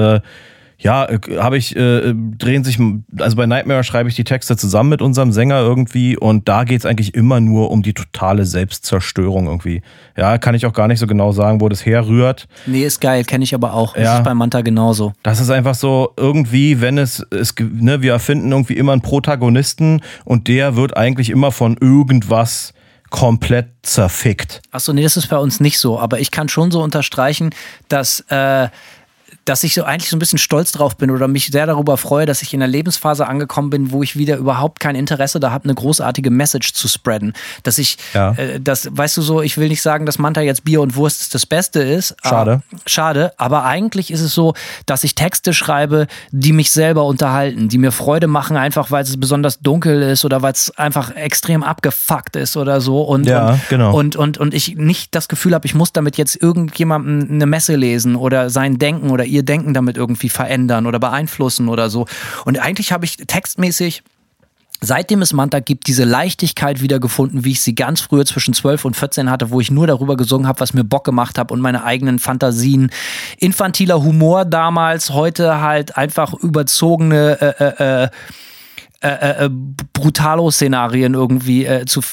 drehen sich, also bei Nightmare schreibe ich die Texte zusammen mit unserem Sänger irgendwie und da geht's eigentlich immer nur um die totale Selbstzerstörung irgendwie. Ja, kann ich auch gar nicht so genau sagen, wo das herrührt. Nee, ist geil, kenne ich aber auch. Ja. Das ist bei Manta genauso. Das ist einfach so irgendwie, wenn wir erfinden irgendwie immer einen Protagonisten und der wird eigentlich immer von irgendwas komplett zerfickt. Achso, nee, das ist bei uns nicht so, aber ich kann schon so unterstreichen, dass ich so eigentlich so ein bisschen stolz drauf bin oder mich sehr darüber freue, dass ich in einer Lebensphase angekommen bin, wo ich wieder überhaupt kein Interesse da habe, eine großartige Message zu spreaden. Dass ich, weißt du so, ich will nicht sagen, dass Manta jetzt Bier und Wurst das Beste ist. Schade, aber eigentlich ist es so, dass ich Texte schreibe, die mich selber unterhalten, die mir Freude machen, einfach weil es besonders dunkel ist oder weil es einfach extrem abgefuckt ist oder so. Und ich nicht das Gefühl habe, ich muss damit jetzt irgendjemandem eine Messe lesen oder sein Denken oder ihr Denken damit irgendwie verändern oder beeinflussen oder so. Und eigentlich habe ich textmäßig, seitdem es Manta gibt, diese Leichtigkeit wiedergefunden, wie ich sie ganz früher zwischen 12 und 14 hatte, wo ich nur darüber gesungen habe, was mir Bock gemacht hat und meine eigenen Fantasien. Infantiler Humor damals, heute halt einfach überzogene Brutalo-Szenarien irgendwie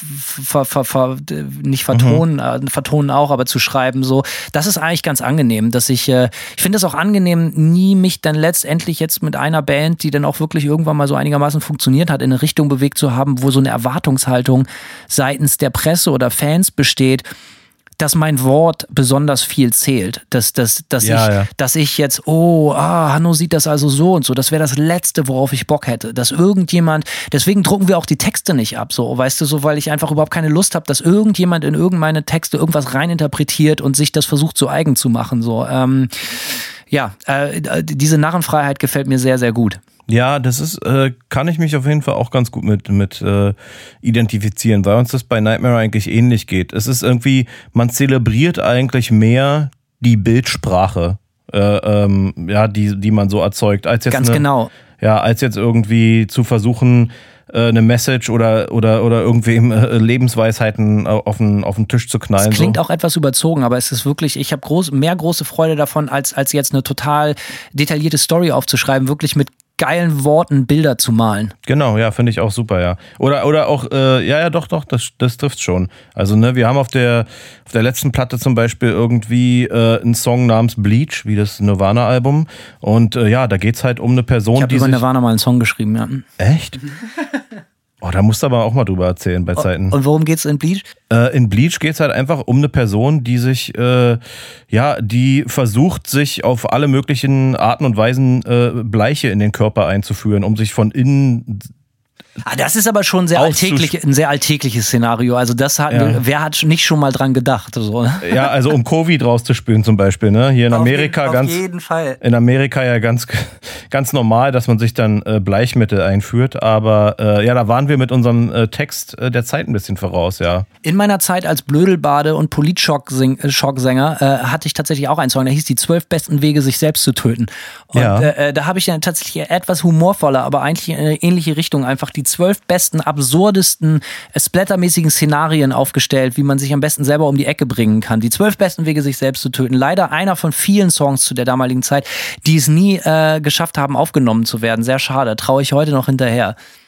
nicht vertonen, vertonen auch, aber zu schreiben so. Das ist eigentlich ganz angenehm, dass ich finde es auch angenehm, nie mich dann letztendlich jetzt mit einer Band, die dann auch wirklich irgendwann mal so einigermaßen funktioniert hat, in eine Richtung bewegt zu haben, wo so eine Erwartungshaltung seitens der Presse oder Fans besteht, dass mein Wort besonders viel zählt. Dass ich jetzt, Hanno sieht das also so und so. Das wäre das Letzte, worauf ich Bock hätte. Dass irgendjemand, deswegen drucken wir auch die Texte nicht ab, so, weißt du, so, weil ich einfach überhaupt keine Lust habe, dass irgendjemand in irgendeine Texte irgendwas reininterpretiert und sich das versucht zu eigen zu machen, so. Diese Narrenfreiheit gefällt mir sehr, sehr gut. Ja, das ist, kann ich mich auf jeden Fall auch ganz gut mit identifizieren, weil uns das bei Nightmare eigentlich ähnlich geht. Es ist irgendwie, man zelebriert eigentlich mehr die Bildsprache, die man so erzeugt, als jetzt als jetzt irgendwie zu versuchen, eine Message oder irgendwem Lebensweisheiten auf den Tisch zu knallen. Es klingt auch etwas überzogen, aber es ist wirklich, ich habe mehr große Freude davon, als jetzt eine total detaillierte Story aufzuschreiben, wirklich mit geilen Worten Bilder zu malen. Genau, ja, finde ich auch super, ja. Oder auch, doch, das trifft schon. Also, ne, wir haben auf der letzten Platte zum Beispiel irgendwie einen Song namens Bleach, wie das Nirvana-Album. Und da geht's halt um eine Person, ich habe über Nirvana mal einen Song geschrieben, ja. Echt? Oh, da musst du aber auch mal drüber erzählen bei Zeiten. Und worum geht's in Bleach? In Bleach geht's halt einfach um eine Person, die sich, die versucht, sich auf alle möglichen Arten und Weisen Bleiche in den Körper einzuführen, um sich von innen. Das ist aber schon ein sehr alltägliches Szenario. Also wer hat nicht schon mal dran gedacht? So. Ja, also um Covid rauszuspülen zum Beispiel. Ne? Hier in Amerika auf jeden Fall. In Amerika ja ganz normal, dass man sich dann Bleichmittel einführt. Aber da waren wir mit unserem Text der Zeit ein bisschen voraus, ja. In meiner Zeit als Blödelbade und Politschock-Sänger hatte ich tatsächlich auch einen Song, der hieß die 12 besten Wege, sich selbst zu töten. Und da habe ich dann tatsächlich etwas humorvoller, aber eigentlich in eine ähnliche Richtung einfach die 12 besten, absurdesten, splattermäßigen Szenarien aufgestellt, wie man sich am besten selber um die Ecke bringen kann. Die 12 besten Wege, sich selbst zu töten. Leider einer von vielen Songs zu der damaligen Zeit, die es nie geschafft haben, aufgenommen zu werden. Sehr schade. Traue ich heute noch hinterher.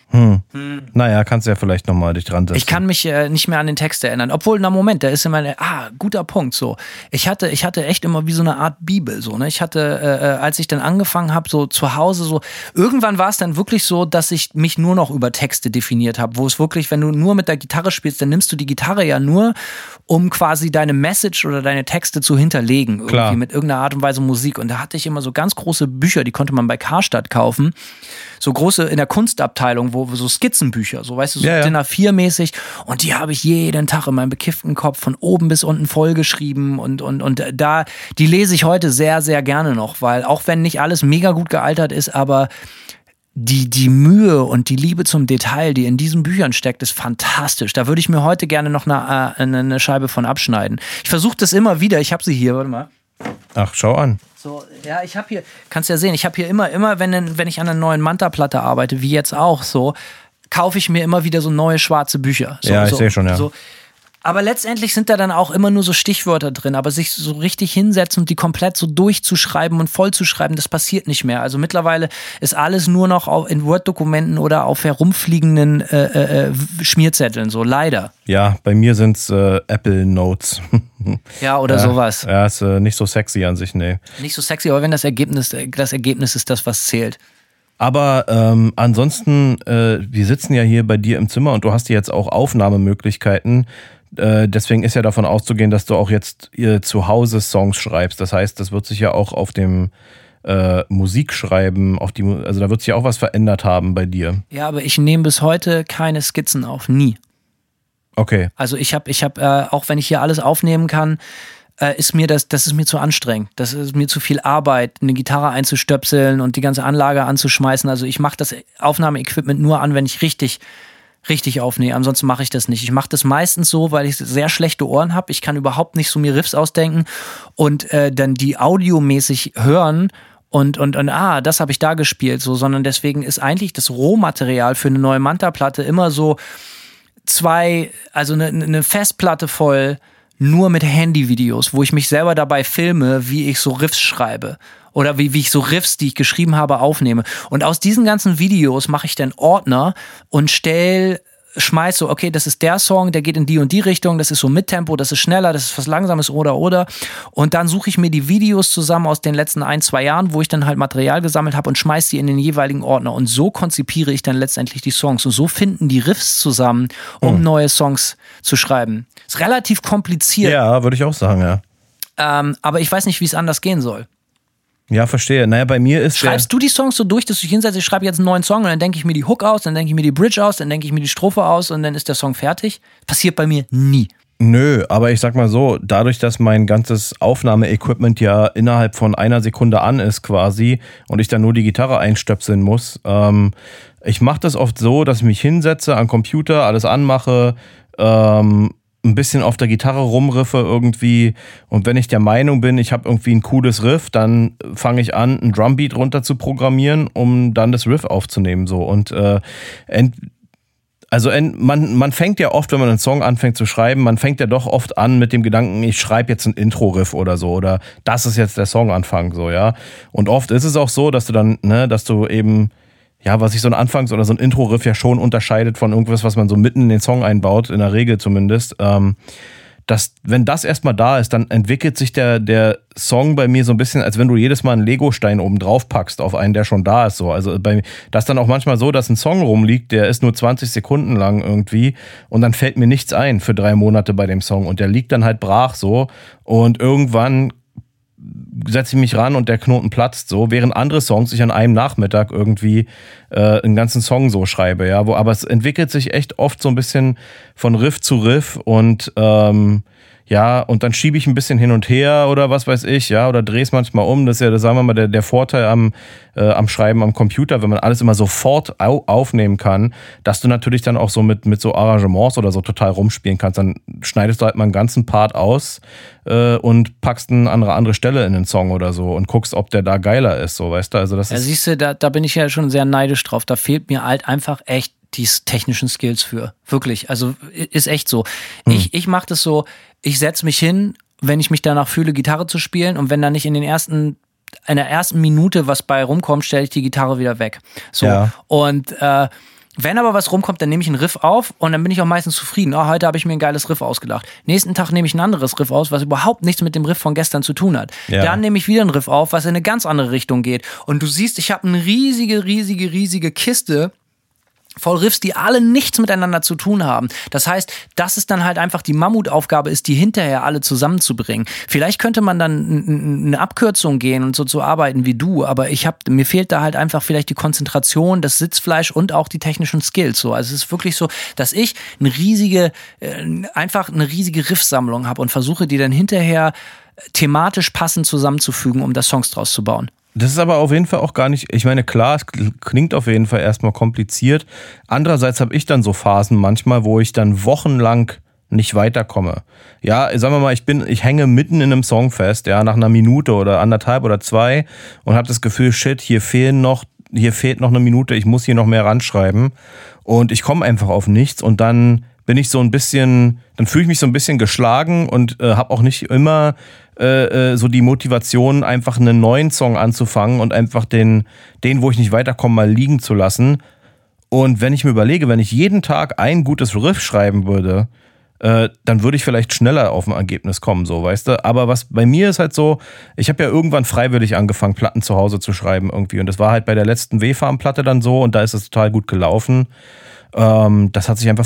Naja, kannst du ja vielleicht nochmal dich dran setzen. Ich kann mich nicht mehr an den Text erinnern. Obwohl, na Moment, da ist immer guter Punkt. So, ich hatte echt immer wie so eine Art Bibel. So, ne? Ich hatte, als ich dann angefangen habe, so zu Hause, so irgendwann war es dann wirklich so, dass ich mich nur noch über Texte definiert habe. Wo es wirklich, wenn du nur mit der Gitarre spielst, dann nimmst du die Gitarre ja nur, um quasi deine Message oder deine Texte zu hinterlegen. Irgendwie mit irgendeiner Art und Weise Musik. Und da hatte ich immer so ganz große Bücher, die konnte man bei Karstadt kaufen. So große in der Kunstabteilung, wo so Skizzenbücher, so weißt du, so DIN A4-mäßig. Und die habe ich jeden Tag in meinem bekifften Kopf von oben bis unten vollgeschrieben. Und da, die lese ich heute sehr, sehr gerne noch, weil auch wenn nicht alles mega gut gealtert ist, aber die Mühe und die Liebe zum Detail, die in diesen Büchern steckt, ist fantastisch. Da würde ich mir heute gerne noch eine Scheibe von abschneiden. Ich versuche das immer wieder. Ich habe sie hier, warte mal. Ach, schau an. So, ja, ich habe hier, kannst ja sehen, ich habe hier immer, wenn ich an einer neuen Manta-Platte arbeite, wie jetzt auch so, kaufe ich mir immer wieder so neue schwarze Bücher. So, ja, ich sehe schon, ja. So. Aber letztendlich sind da dann auch immer nur so Stichwörter drin, aber sich so richtig hinsetzen und die komplett so durchzuschreiben und vollzuschreiben, das passiert nicht mehr. Also mittlerweile ist alles nur noch in Word-Dokumenten oder auf herumfliegenden Schmierzetteln, so leider. Ja, bei mir sind es Apple Notes. Ja, oder sowas. Ja, ist nicht so sexy an sich, nee. Nicht so sexy, aber wenn das Ergebnis ist das, was zählt. Aber ansonsten, wir sitzen ja hier bei dir im Zimmer und du hast hier jetzt auch Aufnahmemöglichkeiten. Deswegen ist ja davon auszugehen, dass du auch jetzt zu Hause Songs schreibst. Das heißt, das wird sich ja auch auf dem Musikschreiben, also da wird sich ja auch was verändert haben bei dir. Ja, aber ich nehme bis heute keine Skizzen auf, nie. Okay. Also ich hab, auch wenn ich hier alles aufnehmen kann, ist mir das ist mir zu anstrengend. Das ist mir zu viel Arbeit, eine Gitarre einzustöpseln und die ganze Anlage anzuschmeißen. Also ich mache das Aufnahmeequipment nur an, wenn ich richtig aufnehme. Ansonsten mache ich das nicht. Ich mache das meistens so, weil ich sehr schlechte Ohren habe. Ich kann überhaupt nicht so mir Riffs ausdenken und dann die audiomäßig hören und das habe ich da gespielt, so, sondern deswegen ist eigentlich das Rohmaterial für eine neue Manta-Platte immer so eine Festplatte voll nur mit Handyvideos, wo ich mich selber dabei filme, wie ich so Riffs schreibe. Oder wie ich so Riffs, die ich geschrieben habe, aufnehme. Und aus diesen ganzen Videos mache ich dann Ordner und schmeiß so, okay, das ist der Song, der geht in die und die Richtung, das ist so Mittempo, das ist schneller, das ist was Langsames oder. Und dann suche ich mir die Videos zusammen aus den letzten 1-2 Jahren, wo ich dann halt Material gesammelt habe und schmeiß die in den jeweiligen Ordner. Und so konzipiere ich dann letztendlich die Songs. Und so finden die Riffs zusammen, um neue Songs zu schreiben. Ist relativ kompliziert. Ja, würde ich auch sagen, ja. Aber ich weiß nicht, wie es anders gehen soll. Ja, verstehe. Naja, bei mir ist Schreibst du die Songs so durch, dass du dich hinsetzt, ich schreibe jetzt einen neuen Song und dann denke ich mir die Hook aus, dann denke ich mir die Bridge aus, dann denke ich mir die Strophe aus und dann ist der Song fertig? Passiert bei mir nie. Nö, aber ich sag mal so, dadurch, dass mein ganzes Aufnahmeequipment ja innerhalb von einer Sekunde an ist quasi und ich dann nur die Gitarre einstöpseln muss, ich mache das oft so, dass ich mich hinsetze am Computer, alles anmache, ein bisschen auf der Gitarre rumriffe irgendwie und wenn ich der Meinung bin, ich habe irgendwie ein cooles Riff, dann fange ich an, einen Drumbeat runter zu programmieren, um dann das Riff aufzunehmen so und man fängt ja oft, wenn man einen Song anfängt zu schreiben, man fängt ja doch oft an mit dem Gedanken, ich schreibe jetzt ein Intro-Riff oder so oder das ist jetzt der Songanfang so, ja. Und oft ist es auch so, dass du dann, dass du eben ja, was sich so ein Anfangs- oder so ein Intro-Riff ja schon unterscheidet von irgendwas, was man so mitten in den Song einbaut, in der Regel zumindest, dass, wenn das erstmal da ist, dann entwickelt sich der Song bei mir so ein bisschen, als wenn du jedes Mal einen Legostein oben drauf packst auf einen, der schon da ist. So. Also das ist dann auch manchmal so, dass ein Song rumliegt, der ist nur 20 Sekunden lang irgendwie und dann fällt mir nichts ein für 3 Monate bei dem Song und der liegt dann halt brach so und irgendwann setze ich mich ran und der Knoten platzt so, während andere Songs ich an einem Nachmittag irgendwie einen ganzen Song so schreibe, ja, aber es entwickelt sich echt oft so ein bisschen von Riff zu Riff und ja, und dann schiebe ich ein bisschen hin und her oder was weiß ich, ja, oder drehe es manchmal um. Das ist ja, sagen wir mal, der Vorteil am Schreiben am Computer, wenn man alles immer sofort aufnehmen kann, dass du natürlich dann auch so mit so Arrangements oder so total rumspielen kannst. Dann schneidest du halt mal einen ganzen Part aus und packst eine andere Stelle in den Song oder so und guckst, ob der da geiler ist, so, weißt du? Also das ist, siehst du, da bin ich ja schon sehr neidisch drauf. Da fehlt mir halt einfach echt die technischen Skills für. Wirklich. Also ist echt so. Ich mache das so, ich setze mich hin, wenn ich mich danach fühle, Gitarre zu spielen und wenn da nicht in der ersten Minute was bei rumkommt, stelle ich die Gitarre wieder weg. So. Ja. Und Wenn aber was rumkommt, dann nehme ich einen Riff auf und dann bin ich auch meistens zufrieden. Oh, heute habe ich mir ein geiles Riff ausgedacht. Nächsten Tag nehme ich ein anderes Riff aus, was überhaupt nichts mit dem Riff von gestern zu tun hat. Ja. Dann nehme ich wieder einen Riff auf, was in eine ganz andere Richtung geht. Und du siehst, ich habe eine riesige Kiste voll Riffs, die alle nichts miteinander zu tun haben. Das heißt, dass es dann halt einfach die Mammutaufgabe ist, die hinterher alle zusammenzubringen. Vielleicht könnte man dann eine Abkürzung gehen und so zu arbeiten wie du, aber mir fehlt da halt einfach vielleicht die Konzentration, das Sitzfleisch und auch die technischen Skills. So. Also es ist wirklich so, dass ich eine riesige Riffsammlung habe und versuche, die dann hinterher thematisch passend zusammenzufügen, um da Songs draus zu bauen. Das ist aber auf jeden Fall auch gar nicht, ich meine, klar, es klingt auf jeden Fall erstmal kompliziert. Andererseits habe ich dann so Phasen manchmal, wo ich dann wochenlang nicht weiterkomme. Ja, sagen wir mal, ich hänge mitten in einem Song fest, ja, nach einer Minute oder 1,5 oder 2 und habe das Gefühl, shit, hier fehlt noch eine Minute, ich muss hier noch mehr ranschreiben und ich komme einfach auf nichts und dann bin ich so ein bisschen, dann fühle ich mich so ein bisschen geschlagen und habe auch nicht immer so die Motivation, einfach einen neuen Song anzufangen und einfach den, wo ich nicht weiterkomme, mal liegen zu lassen. Und wenn ich mir überlege, wenn ich jeden Tag ein gutes Riff schreiben würde, dann würde ich vielleicht schneller auf ein Ergebnis kommen, so, weißt du. Aber was bei mir ist halt so, ich habe ja irgendwann freiwillig angefangen, Platten zu Hause zu schreiben irgendwie. Und das war halt bei der letzten W-Farm-Platte dann so und da ist es total gut gelaufen. Das hat sich einfach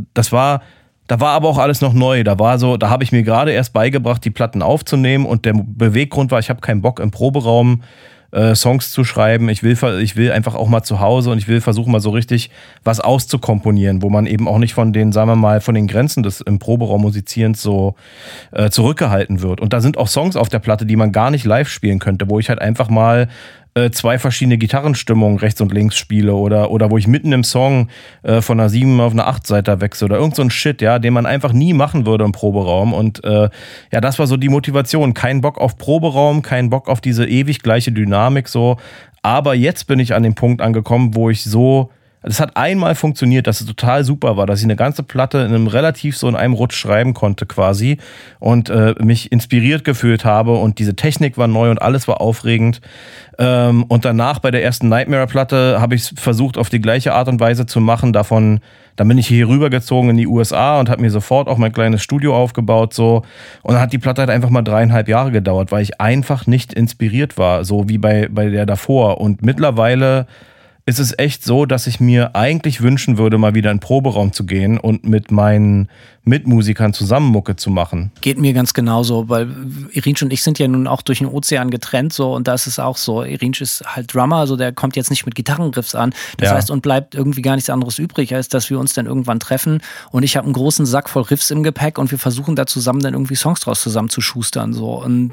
da war aber auch alles noch neu. Da habe ich mir gerade erst beigebracht, die Platten aufzunehmen und der Beweggrund war, ich habe keinen Bock im Proberaum Songs zu schreiben. Ich will einfach auch mal zu Hause und ich will versuchen mal so richtig was auszukomponieren, wo man eben auch nicht von den, sagen wir mal, von den Grenzen des im Proberaum Musizierens so zurückgehalten wird. Und da sind auch Songs auf der Platte, die man gar nicht live spielen könnte, wo ich halt einfach mal 2 verschiedene Gitarrenstimmungen rechts und links spiele oder wo ich mitten im Song von einer 7 auf eine 8 Seite wechsle oder irgend so ein Shit, ja, den man einfach nie machen würde im Proberaum und ja, das war so die Motivation. Kein Bock auf Proberaum, kein Bock auf diese ewig gleiche Dynamik so, aber jetzt bin ich an dem Punkt angekommen, wo ich das hat einmal funktioniert, dass es total super war, dass ich eine ganze Platte in einem Rutsch schreiben konnte quasi und mich inspiriert gefühlt habe und diese Technik war neu und alles war aufregend. Und danach bei der ersten Nightmare-Platte habe ich es versucht, auf die gleiche Art und Weise zu machen. Dann bin ich hier rübergezogen in die USA und habe mir sofort auch mein kleines Studio aufgebaut. So. Und dann hat die Platte halt einfach mal 3,5 Jahre gedauert, weil ich einfach nicht inspiriert war, so wie bei der davor. Und mittlerweile ist es echt so, dass ich mir eigentlich wünschen würde, mal wieder in den Proberaum zu gehen und mit meinen Mitmusikern zusammen Mucke zu machen. Geht mir ganz genauso, weil Irinsch und ich sind ja nun auch durch den Ozean getrennt so und da ist es auch so. Irinsch ist halt Drummer, also der kommt jetzt nicht mit Gitarrenriffs an. Das heißt, und bleibt irgendwie gar nichts anderes übrig, als dass wir uns dann irgendwann treffen und ich habe einen großen Sack voll Riffs im Gepäck und wir versuchen da zusammen dann irgendwie Songs draus zusammen zu schustern. So. Und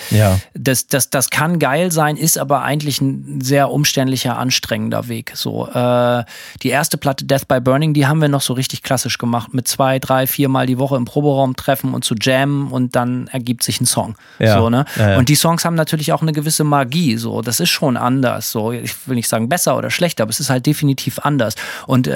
das kann geil sein, ist aber eigentlich ein sehr umständlicher, anstrengender Weg. So, die erste Platte Death by Burning, die haben wir noch so richtig klassisch gemacht mit 2, 3, 4 Mal die Woche im Proberaum treffen und zu jammen und dann ergibt sich ein Song. Ja. So, ne? Ja. Und die Songs haben natürlich auch eine gewisse Magie. So. Das ist schon anders. So. Ich will nicht sagen besser oder schlechter, aber es ist halt definitiv anders. Und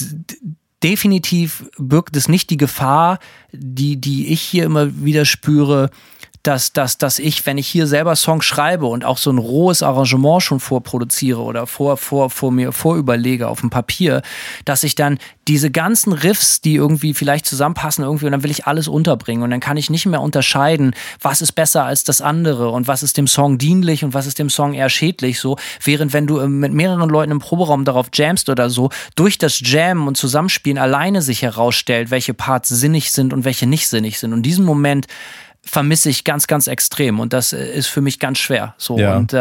definitiv birgt es nicht die Gefahr, die ich hier immer wieder spüre, dass ich, wenn ich hier selber Songs schreibe und auch so ein rohes Arrangement schon vorproduziere oder vor mir vorüberlege auf dem Papier, dass ich dann diese ganzen Riffs, die irgendwie vielleicht zusammenpassen irgendwie und dann will ich alles unterbringen und dann kann ich nicht mehr unterscheiden, was ist besser als das andere und was ist dem Song dienlich und was ist dem Song eher schädlich, so. Während wenn du mit mehreren Leuten im Proberaum darauf jammst oder so, durch das Jammen und Zusammenspielen alleine sich herausstellt, welche Parts sinnig sind und welche nicht sinnig sind. Und diesen Moment vermisse ich ganz, ganz extrem und das ist für mich ganz schwer. So. Ja. Und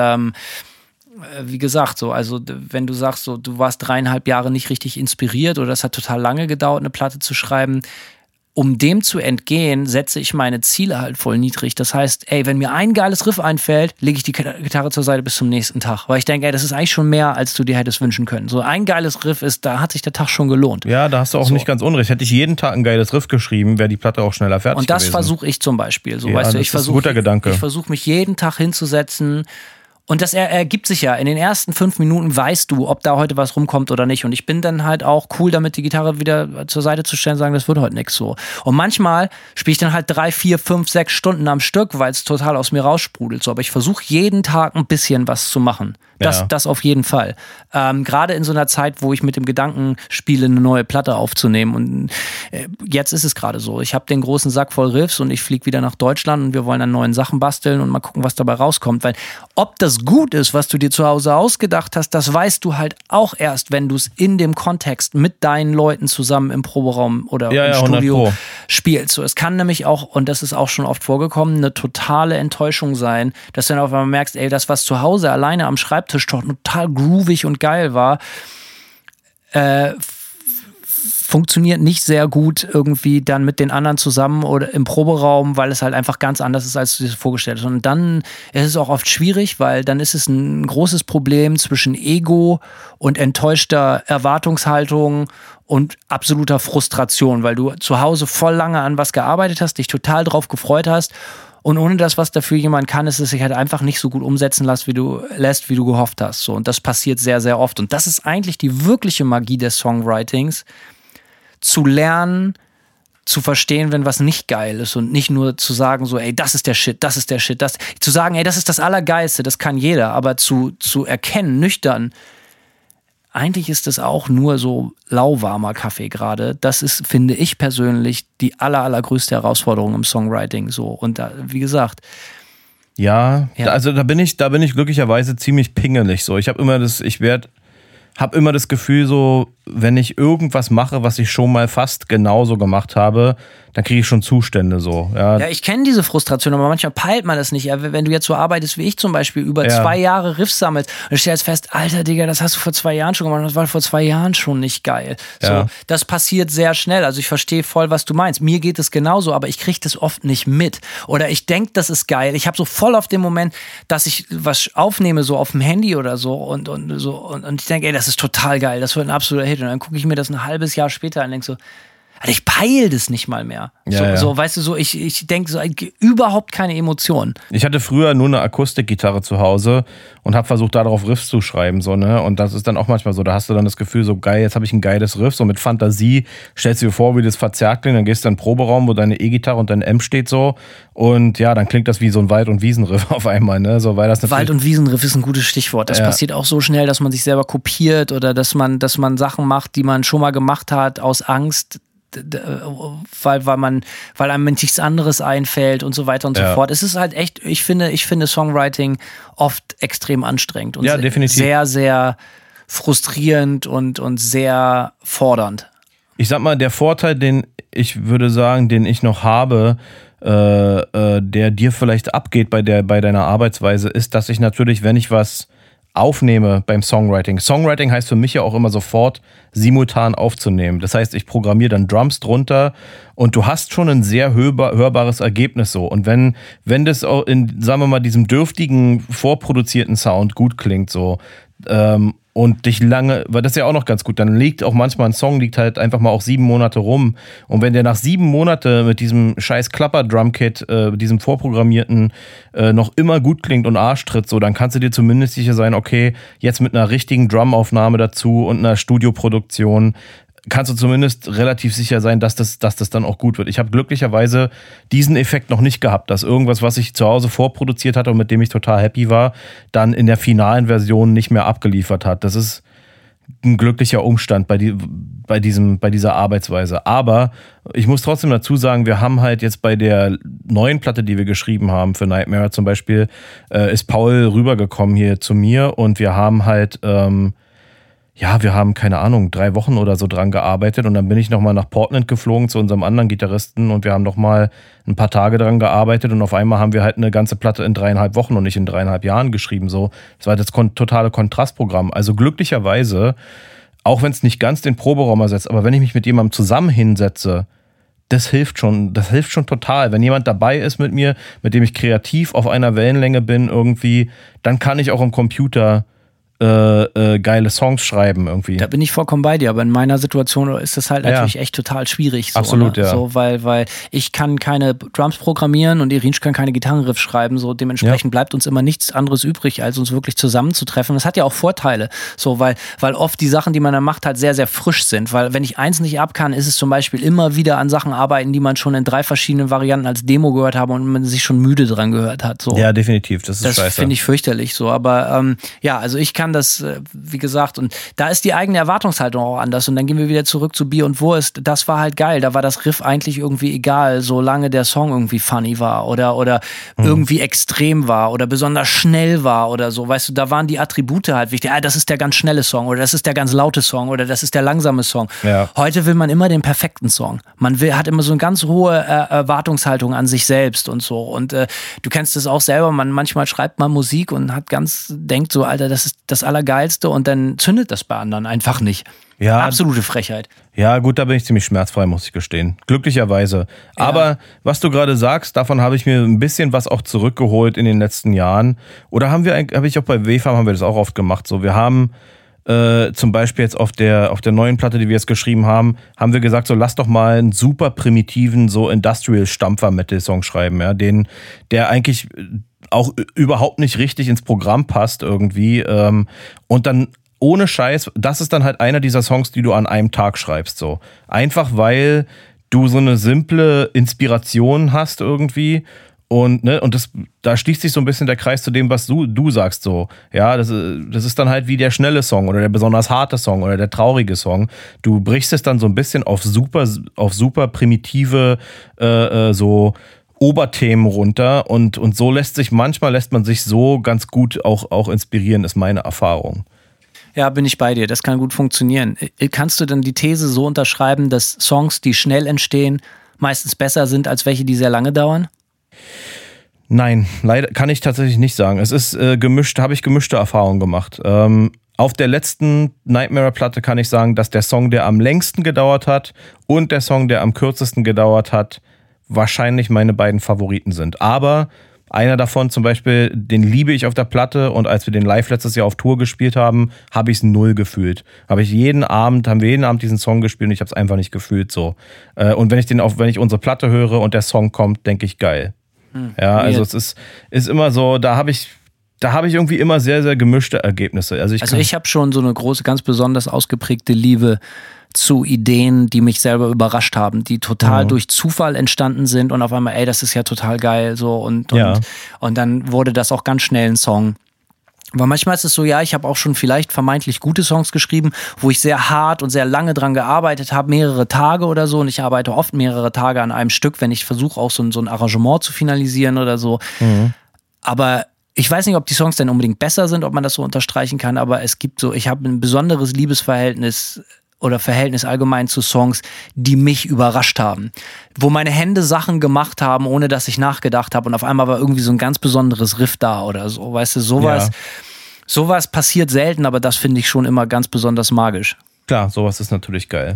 wie gesagt, so, also wenn du sagst, so, du warst 3,5 Jahre nicht richtig inspiriert oder es hat total lange gedauert, eine Platte zu schreiben, um dem zu entgehen, setze ich meine Ziele halt voll niedrig. Das heißt, ey, wenn mir ein geiles Riff einfällt, lege ich die Gitarre zur Seite bis zum nächsten Tag. Weil ich denke, ey, das ist eigentlich schon mehr, als du dir hättest wünschen können. So ein geiles Riff da hat sich der Tag schon gelohnt. Ja, da hast du auch nicht ganz unrecht. Hätte ich jeden Tag ein geiles Riff geschrieben, wäre die Platte auch schneller fertig gewesen. Und das versuche ich zum Beispiel. So, ja, weißt du, das ist ein guter Gedanke. Ich versuche mich jeden Tag hinzusetzen Und das ergibt sich ja. In den ersten 5 Minuten weißt du, ob da heute was rumkommt oder nicht. Und ich bin dann halt auch cool damit, die Gitarre wieder zur Seite zu stellen und sagen, das wird heute nichts so. Und manchmal spiele ich dann halt 3, 4, 5, 6 Stunden am Stück, weil es total aus mir raussprudelt. So. Aber ich versuche jeden Tag ein bisschen was zu machen. Das auf jeden Fall. Gerade in so einer Zeit, wo ich mit dem Gedanken spiele, eine neue Platte aufzunehmen. Und jetzt ist es gerade so. Ich habe den großen Sack voll Riffs und ich fliege wieder nach Deutschland und wir wollen an neuen Sachen basteln und mal gucken, was dabei rauskommt. Weil ob das gut ist, was du dir zu Hause ausgedacht hast, das weißt du halt auch erst, wenn du es in dem Kontext mit deinen Leuten zusammen im Proberaum oder im Studio spielst. So, es kann nämlich auch, und das ist auch schon oft vorgekommen, eine totale Enttäuschung sein, dass du dann auf einmal merkst, ey, das, was zu Hause alleine am Schreibtisch total groovig und geil war, funktioniert nicht sehr gut irgendwie dann mit den anderen zusammen oder im Proberaum, weil es halt einfach ganz anders ist, als du dir das vorgestellt hast. Und dann ist es auch oft schwierig, weil dann ist es ein großes Problem zwischen Ego und enttäuschter Erwartungshaltung und absoluter Frustration, weil du zu Hause voll lange an was gearbeitet hast, dich total drauf gefreut hast. Und ohne das, was dafür jemand kann, ist es sich halt einfach nicht so gut umsetzen lässt, wie du gehofft hast. So, und das passiert sehr, sehr oft. Und das ist eigentlich die wirkliche Magie des Songwritings, zu lernen, zu verstehen, wenn was nicht geil ist und nicht nur zu sagen so, ey, das ist der Shit, das ist der Shit. Zu sagen, ey, das ist das Allergeilste, das kann jeder. Aber zu erkennen, nüchtern, eigentlich ist das auch nur so lauwarmer Kaffee gerade. Das ist, finde ich persönlich, die allergrößte Herausforderung im Songwriting. So. Und da, wie gesagt. Ja, also da bin ich glücklicherweise ziemlich pingelig. So. Ich habe immer das Gefühl, so, wenn ich irgendwas mache, was ich schon mal fast genauso gemacht habe, dann kriege ich schon Zustände so. Ja, ich kenne diese Frustration, aber manchmal peilt man das nicht. Ja, wenn du jetzt so arbeitest wie ich zum Beispiel, über 2 Jahre Riffs sammelst und stellst fest, Alter Digga, das hast du vor 2 Jahren schon gemacht, das war vor 2 Jahren schon nicht geil. So, das passiert sehr schnell. Also ich verstehe voll, was du meinst. Mir geht es genauso, aber ich kriege das oft nicht mit. Oder ich denke, das ist geil. Ich habe so voll auf den Moment, dass ich was aufnehme, so auf dem Handy oder so und ich denke, ey, das ist total geil, das wird ein absoluter Hit. Und dann gucke ich mir das ein halbes Jahr später an und denke so, Alter, ich peile das nicht mal mehr. So, weißt du, so ich denke so, überhaupt keine Emotionen. Ich hatte früher nur eine Akustikgitarre zu Hause und habe versucht, darauf Riffs zu schreiben. So, ne? Und das ist dann auch manchmal so, da hast du dann das Gefühl, so geil, jetzt habe ich ein geiles Riff, so mit Fantasie, stellst du dir vor, wie das verzerrt klingt, dann gehst du in den Proberaum, wo deine E-Gitarre und dein Amp steht so und ja, dann klingt das wie so ein Wald- und Wiesenriff auf einmal. Ne? So, weil das Wald- und Wiesenriff ist ein gutes Stichwort. Das passiert auch so schnell, dass man sich selber kopiert oder dass man Sachen macht, die man schon mal gemacht hat, aus Angst, weil einem nichts anderes einfällt und so weiter und so fort. Es ist halt echt, ich finde Songwriting oft extrem anstrengend und sehr, sehr frustrierend und sehr fordernd. Ich sag mal, der Vorteil, den ich noch habe, der dir vielleicht abgeht bei deiner Arbeitsweise, ist, dass ich natürlich, wenn ich was aufnehme beim Songwriting. Songwriting heißt für mich ja auch immer sofort simultan aufzunehmen. Das heißt, ich programmiere dann Drums drunter und du hast schon ein sehr hörbares Ergebnis so. Und wenn das auch in, sagen wir mal, diesem dürftigen, vorproduzierten Sound gut klingt so, und dich lange, weil das ist ja auch noch ganz gut, dann liegt auch manchmal ein Song, liegt halt einfach mal auch 7 Monate rum. Und wenn der nach 7 Monate mit diesem scheiß Klapper-Drumkit, diesem vorprogrammierten, noch immer gut klingt und Arsch tritt, so, dann kannst du dir zumindest sicher sein, okay, jetzt mit einer richtigen Drumaufnahme dazu und einer Studioproduktion kannst du zumindest relativ sicher sein, dass das dann auch gut wird. Ich habe glücklicherweise diesen Effekt noch nicht gehabt, dass irgendwas, was ich zu Hause vorproduziert hatte und mit dem ich total happy war, dann in der finalen Version nicht mehr abgeliefert hat. Das ist ein glücklicher Umstand bei dieser Arbeitsweise. Aber ich muss trotzdem dazu sagen, wir haben halt jetzt bei der neuen Platte, die wir geschrieben haben für Nightmare zum Beispiel, ist Paul rübergekommen hier zu mir und wir haben halt wir haben, keine Ahnung, 3 Wochen oder so dran gearbeitet und dann bin ich nochmal nach Portland geflogen zu unserem anderen Gitarristen und wir haben nochmal ein paar Tage dran gearbeitet und auf einmal haben wir halt eine ganze Platte in 3,5 Wochen und nicht in 3,5 Jahren geschrieben. So, das war das totale Kontrastprogramm. Also glücklicherweise, auch wenn es nicht ganz den Proberaum ersetzt, aber wenn ich mich mit jemandem zusammen hinsetze, das hilft schon total. Wenn jemand dabei ist mit mir, mit dem ich kreativ auf einer Wellenlänge bin irgendwie, dann kann ich auch im Computer geile Songs schreiben irgendwie. Da bin ich vollkommen bei dir, aber in meiner Situation ist das halt natürlich echt total schwierig. So, absolut, ne? ja. So, weil ich kann keine Drums programmieren und Irinsch kann keine Gitarrenriffs schreiben, so dementsprechend bleibt uns immer nichts anderes übrig, als uns wirklich zusammenzutreffen. Das hat ja auch Vorteile, so, weil oft die Sachen, die man dann macht, halt sehr, sehr frisch sind, weil wenn ich eins nicht ab kann, ist es zum Beispiel immer wieder an Sachen arbeiten, die man schon in 3 verschiedenen Varianten als Demo gehört habe und man sich schon müde dran gehört hat. So. Ja, definitiv, das ist scheiße. Das finde ich fürchterlich so, aber also ich kann das, wie gesagt, und da ist die eigene Erwartungshaltung auch anders und dann gehen wir wieder zurück zu Bier und Wurst. Das war halt geil, da war das Riff eigentlich irgendwie egal, solange der Song irgendwie funny war oder irgendwie extrem war oder besonders schnell war oder so, weißt du, da waren die Attribute halt wichtig. Das ist der ganz schnelle Song oder das ist der ganz laute Song oder das ist der langsame Song. Ja. Heute will man immer den perfekten Song. Hat immer so eine ganz hohe Erwartungshaltung an sich selbst und so und du kennst es auch selber, manchmal schreibt man Musik und denkt so, Alter, das ist das Allergeilste und dann zündet das bei anderen einfach nicht. Ja, absolute Frechheit. Ja, gut, da bin ich ziemlich schmerzfrei, muss ich gestehen. Glücklicherweise. Ja. Aber was du gerade sagst, davon habe ich mir ein bisschen was auch zurückgeholt in den letzten Jahren. Oder habe ich auch bei WFAM haben wir das auch oft gemacht. So, wir haben zum Beispiel jetzt auf der neuen Platte, die wir jetzt geschrieben haben wir gesagt, so lass doch mal einen super primitiven, so Industrial-Stampfer-Metal-Song schreiben, ja, der eigentlich auch überhaupt nicht richtig ins Programm passt irgendwie. Und dann ohne Scheiß, das ist dann halt einer dieser Songs, die du an einem Tag schreibst, so. Einfach weil du so eine simple Inspiration hast irgendwie und da schließt sich so ein bisschen der Kreis zu dem, was du sagst, so. Ja, das ist dann halt wie der schnelle Song oder der besonders harte Song oder der traurige Song. Du brichst es dann so ein bisschen auf super primitive, so Oberthemen runter und so lässt man sich so ganz gut auch inspirieren, ist meine Erfahrung. Ja, bin ich bei dir. Das kann gut funktionieren. Kannst du denn die These so unterschreiben, dass Songs, die schnell entstehen, meistens besser sind als welche, die sehr lange dauern? Nein, leider kann ich tatsächlich nicht sagen. Es ist habe ich gemischte Erfahrungen gemacht. Auf der letzten Nightmare-Platte kann ich sagen, dass der Song, der am längsten gedauert hat und der Song, der am kürzesten gedauert hat, wahrscheinlich meine beiden Favoriten sind. Aber einer davon zum Beispiel, den liebe ich auf der Platte und als wir den live letztes Jahr auf Tour gespielt haben, habe ich es null gefühlt. Haben wir jeden Abend diesen Song gespielt und ich habe es einfach nicht gefühlt so. Und wenn ich unsere Platte höre und der Song kommt, denke ich geil. Ja, also es ist immer so, da habe ich irgendwie immer sehr, sehr gemischte Ergebnisse. Also ich habe schon so eine große, ganz besonders ausgeprägte Liebe zu Ideen, die mich selber überrascht haben, die total durch Zufall entstanden sind und auf einmal, das ist ja total geil, so und dann wurde das auch ganz schnell ein Song. Aber manchmal ist es so, ich habe auch schon vielleicht vermeintlich gute Songs geschrieben, wo ich sehr hart und sehr lange dran gearbeitet habe, mehrere Tage oder so und ich arbeite oft mehrere Tage an einem Stück, wenn ich versuche auch so ein Arrangement zu finalisieren oder so. Aber ich weiß nicht, ob die Songs dann unbedingt besser sind, ob man das so unterstreichen kann, aber ich habe ein besonderes Liebesverhältnis oder Verhältnis allgemein zu Songs, die mich überrascht haben. Wo meine Hände Sachen gemacht haben, ohne dass ich nachgedacht habe und auf einmal war irgendwie so ein ganz besonderes Riff da oder so. Weißt du, sowas passiert selten, aber das finde ich schon immer ganz besonders magisch. Klar, sowas ist natürlich geil.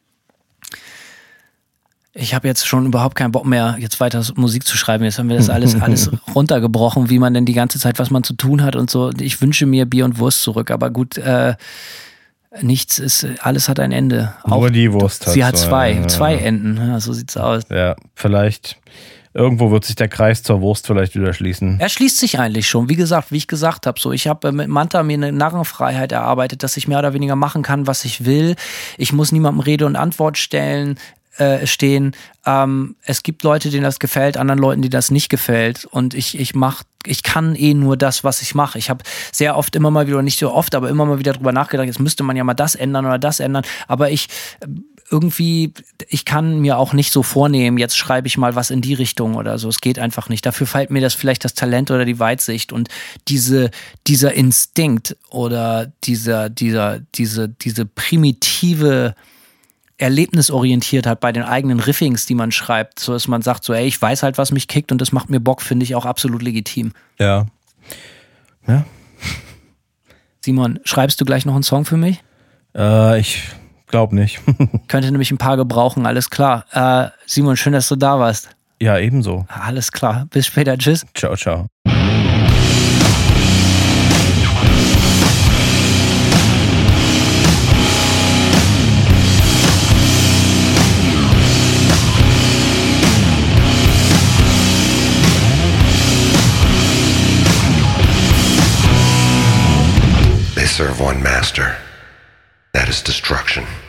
Ich habe jetzt schon überhaupt keinen Bock mehr, jetzt weiter Musik zu schreiben. Jetzt haben wir das alles runtergebrochen, wie man denn die ganze Zeit, was man zu tun hat und so. Ich wünsche mir Bier und Wurst zurück, aber gut, alles hat ein Ende. Nur auch die Wurst hat sie hat zwei Enden. Ja, so sieht's aus. Ja, vielleicht irgendwo wird sich der Kreis zur Wurst vielleicht wieder schließen. Er schließt sich eigentlich schon. Wie ich gesagt habe, so ich habe mit Manta mir eine Narrenfreiheit erarbeitet, dass ich mehr oder weniger machen kann, was ich will. Ich muss niemandem Rede und Antwort stehen. Es gibt Leute, denen das gefällt, anderen Leuten, die das nicht gefällt. Und ich kann nur das, was ich mache. Ich habe sehr oft immer mal wieder, nicht so oft, aber immer mal wieder drüber nachgedacht, jetzt müsste man ja mal das ändern oder das ändern. Aber ich kann mir auch nicht so vornehmen, jetzt schreibe ich mal was in die Richtung oder so. Es geht einfach nicht. Dafür fehlt mir das vielleicht Talent oder die Weitsicht. Und dieser Instinkt oder diese primitive Erlebnisorientiertheit bei den eigenen Riffings, die man schreibt, so dass man sagt, so ich weiß halt, was mich kickt und das macht mir Bock, finde ich auch absolut legitim. Ja. Simon, schreibst du gleich noch einen Song für mich? Ich glaube nicht. Könnte nämlich ein paar gebrauchen, alles klar. Simon, schön, dass du da warst. Ja, ebenso. Alles klar, bis später, tschüss. Ciao, ciao. serve one master. That is destruction.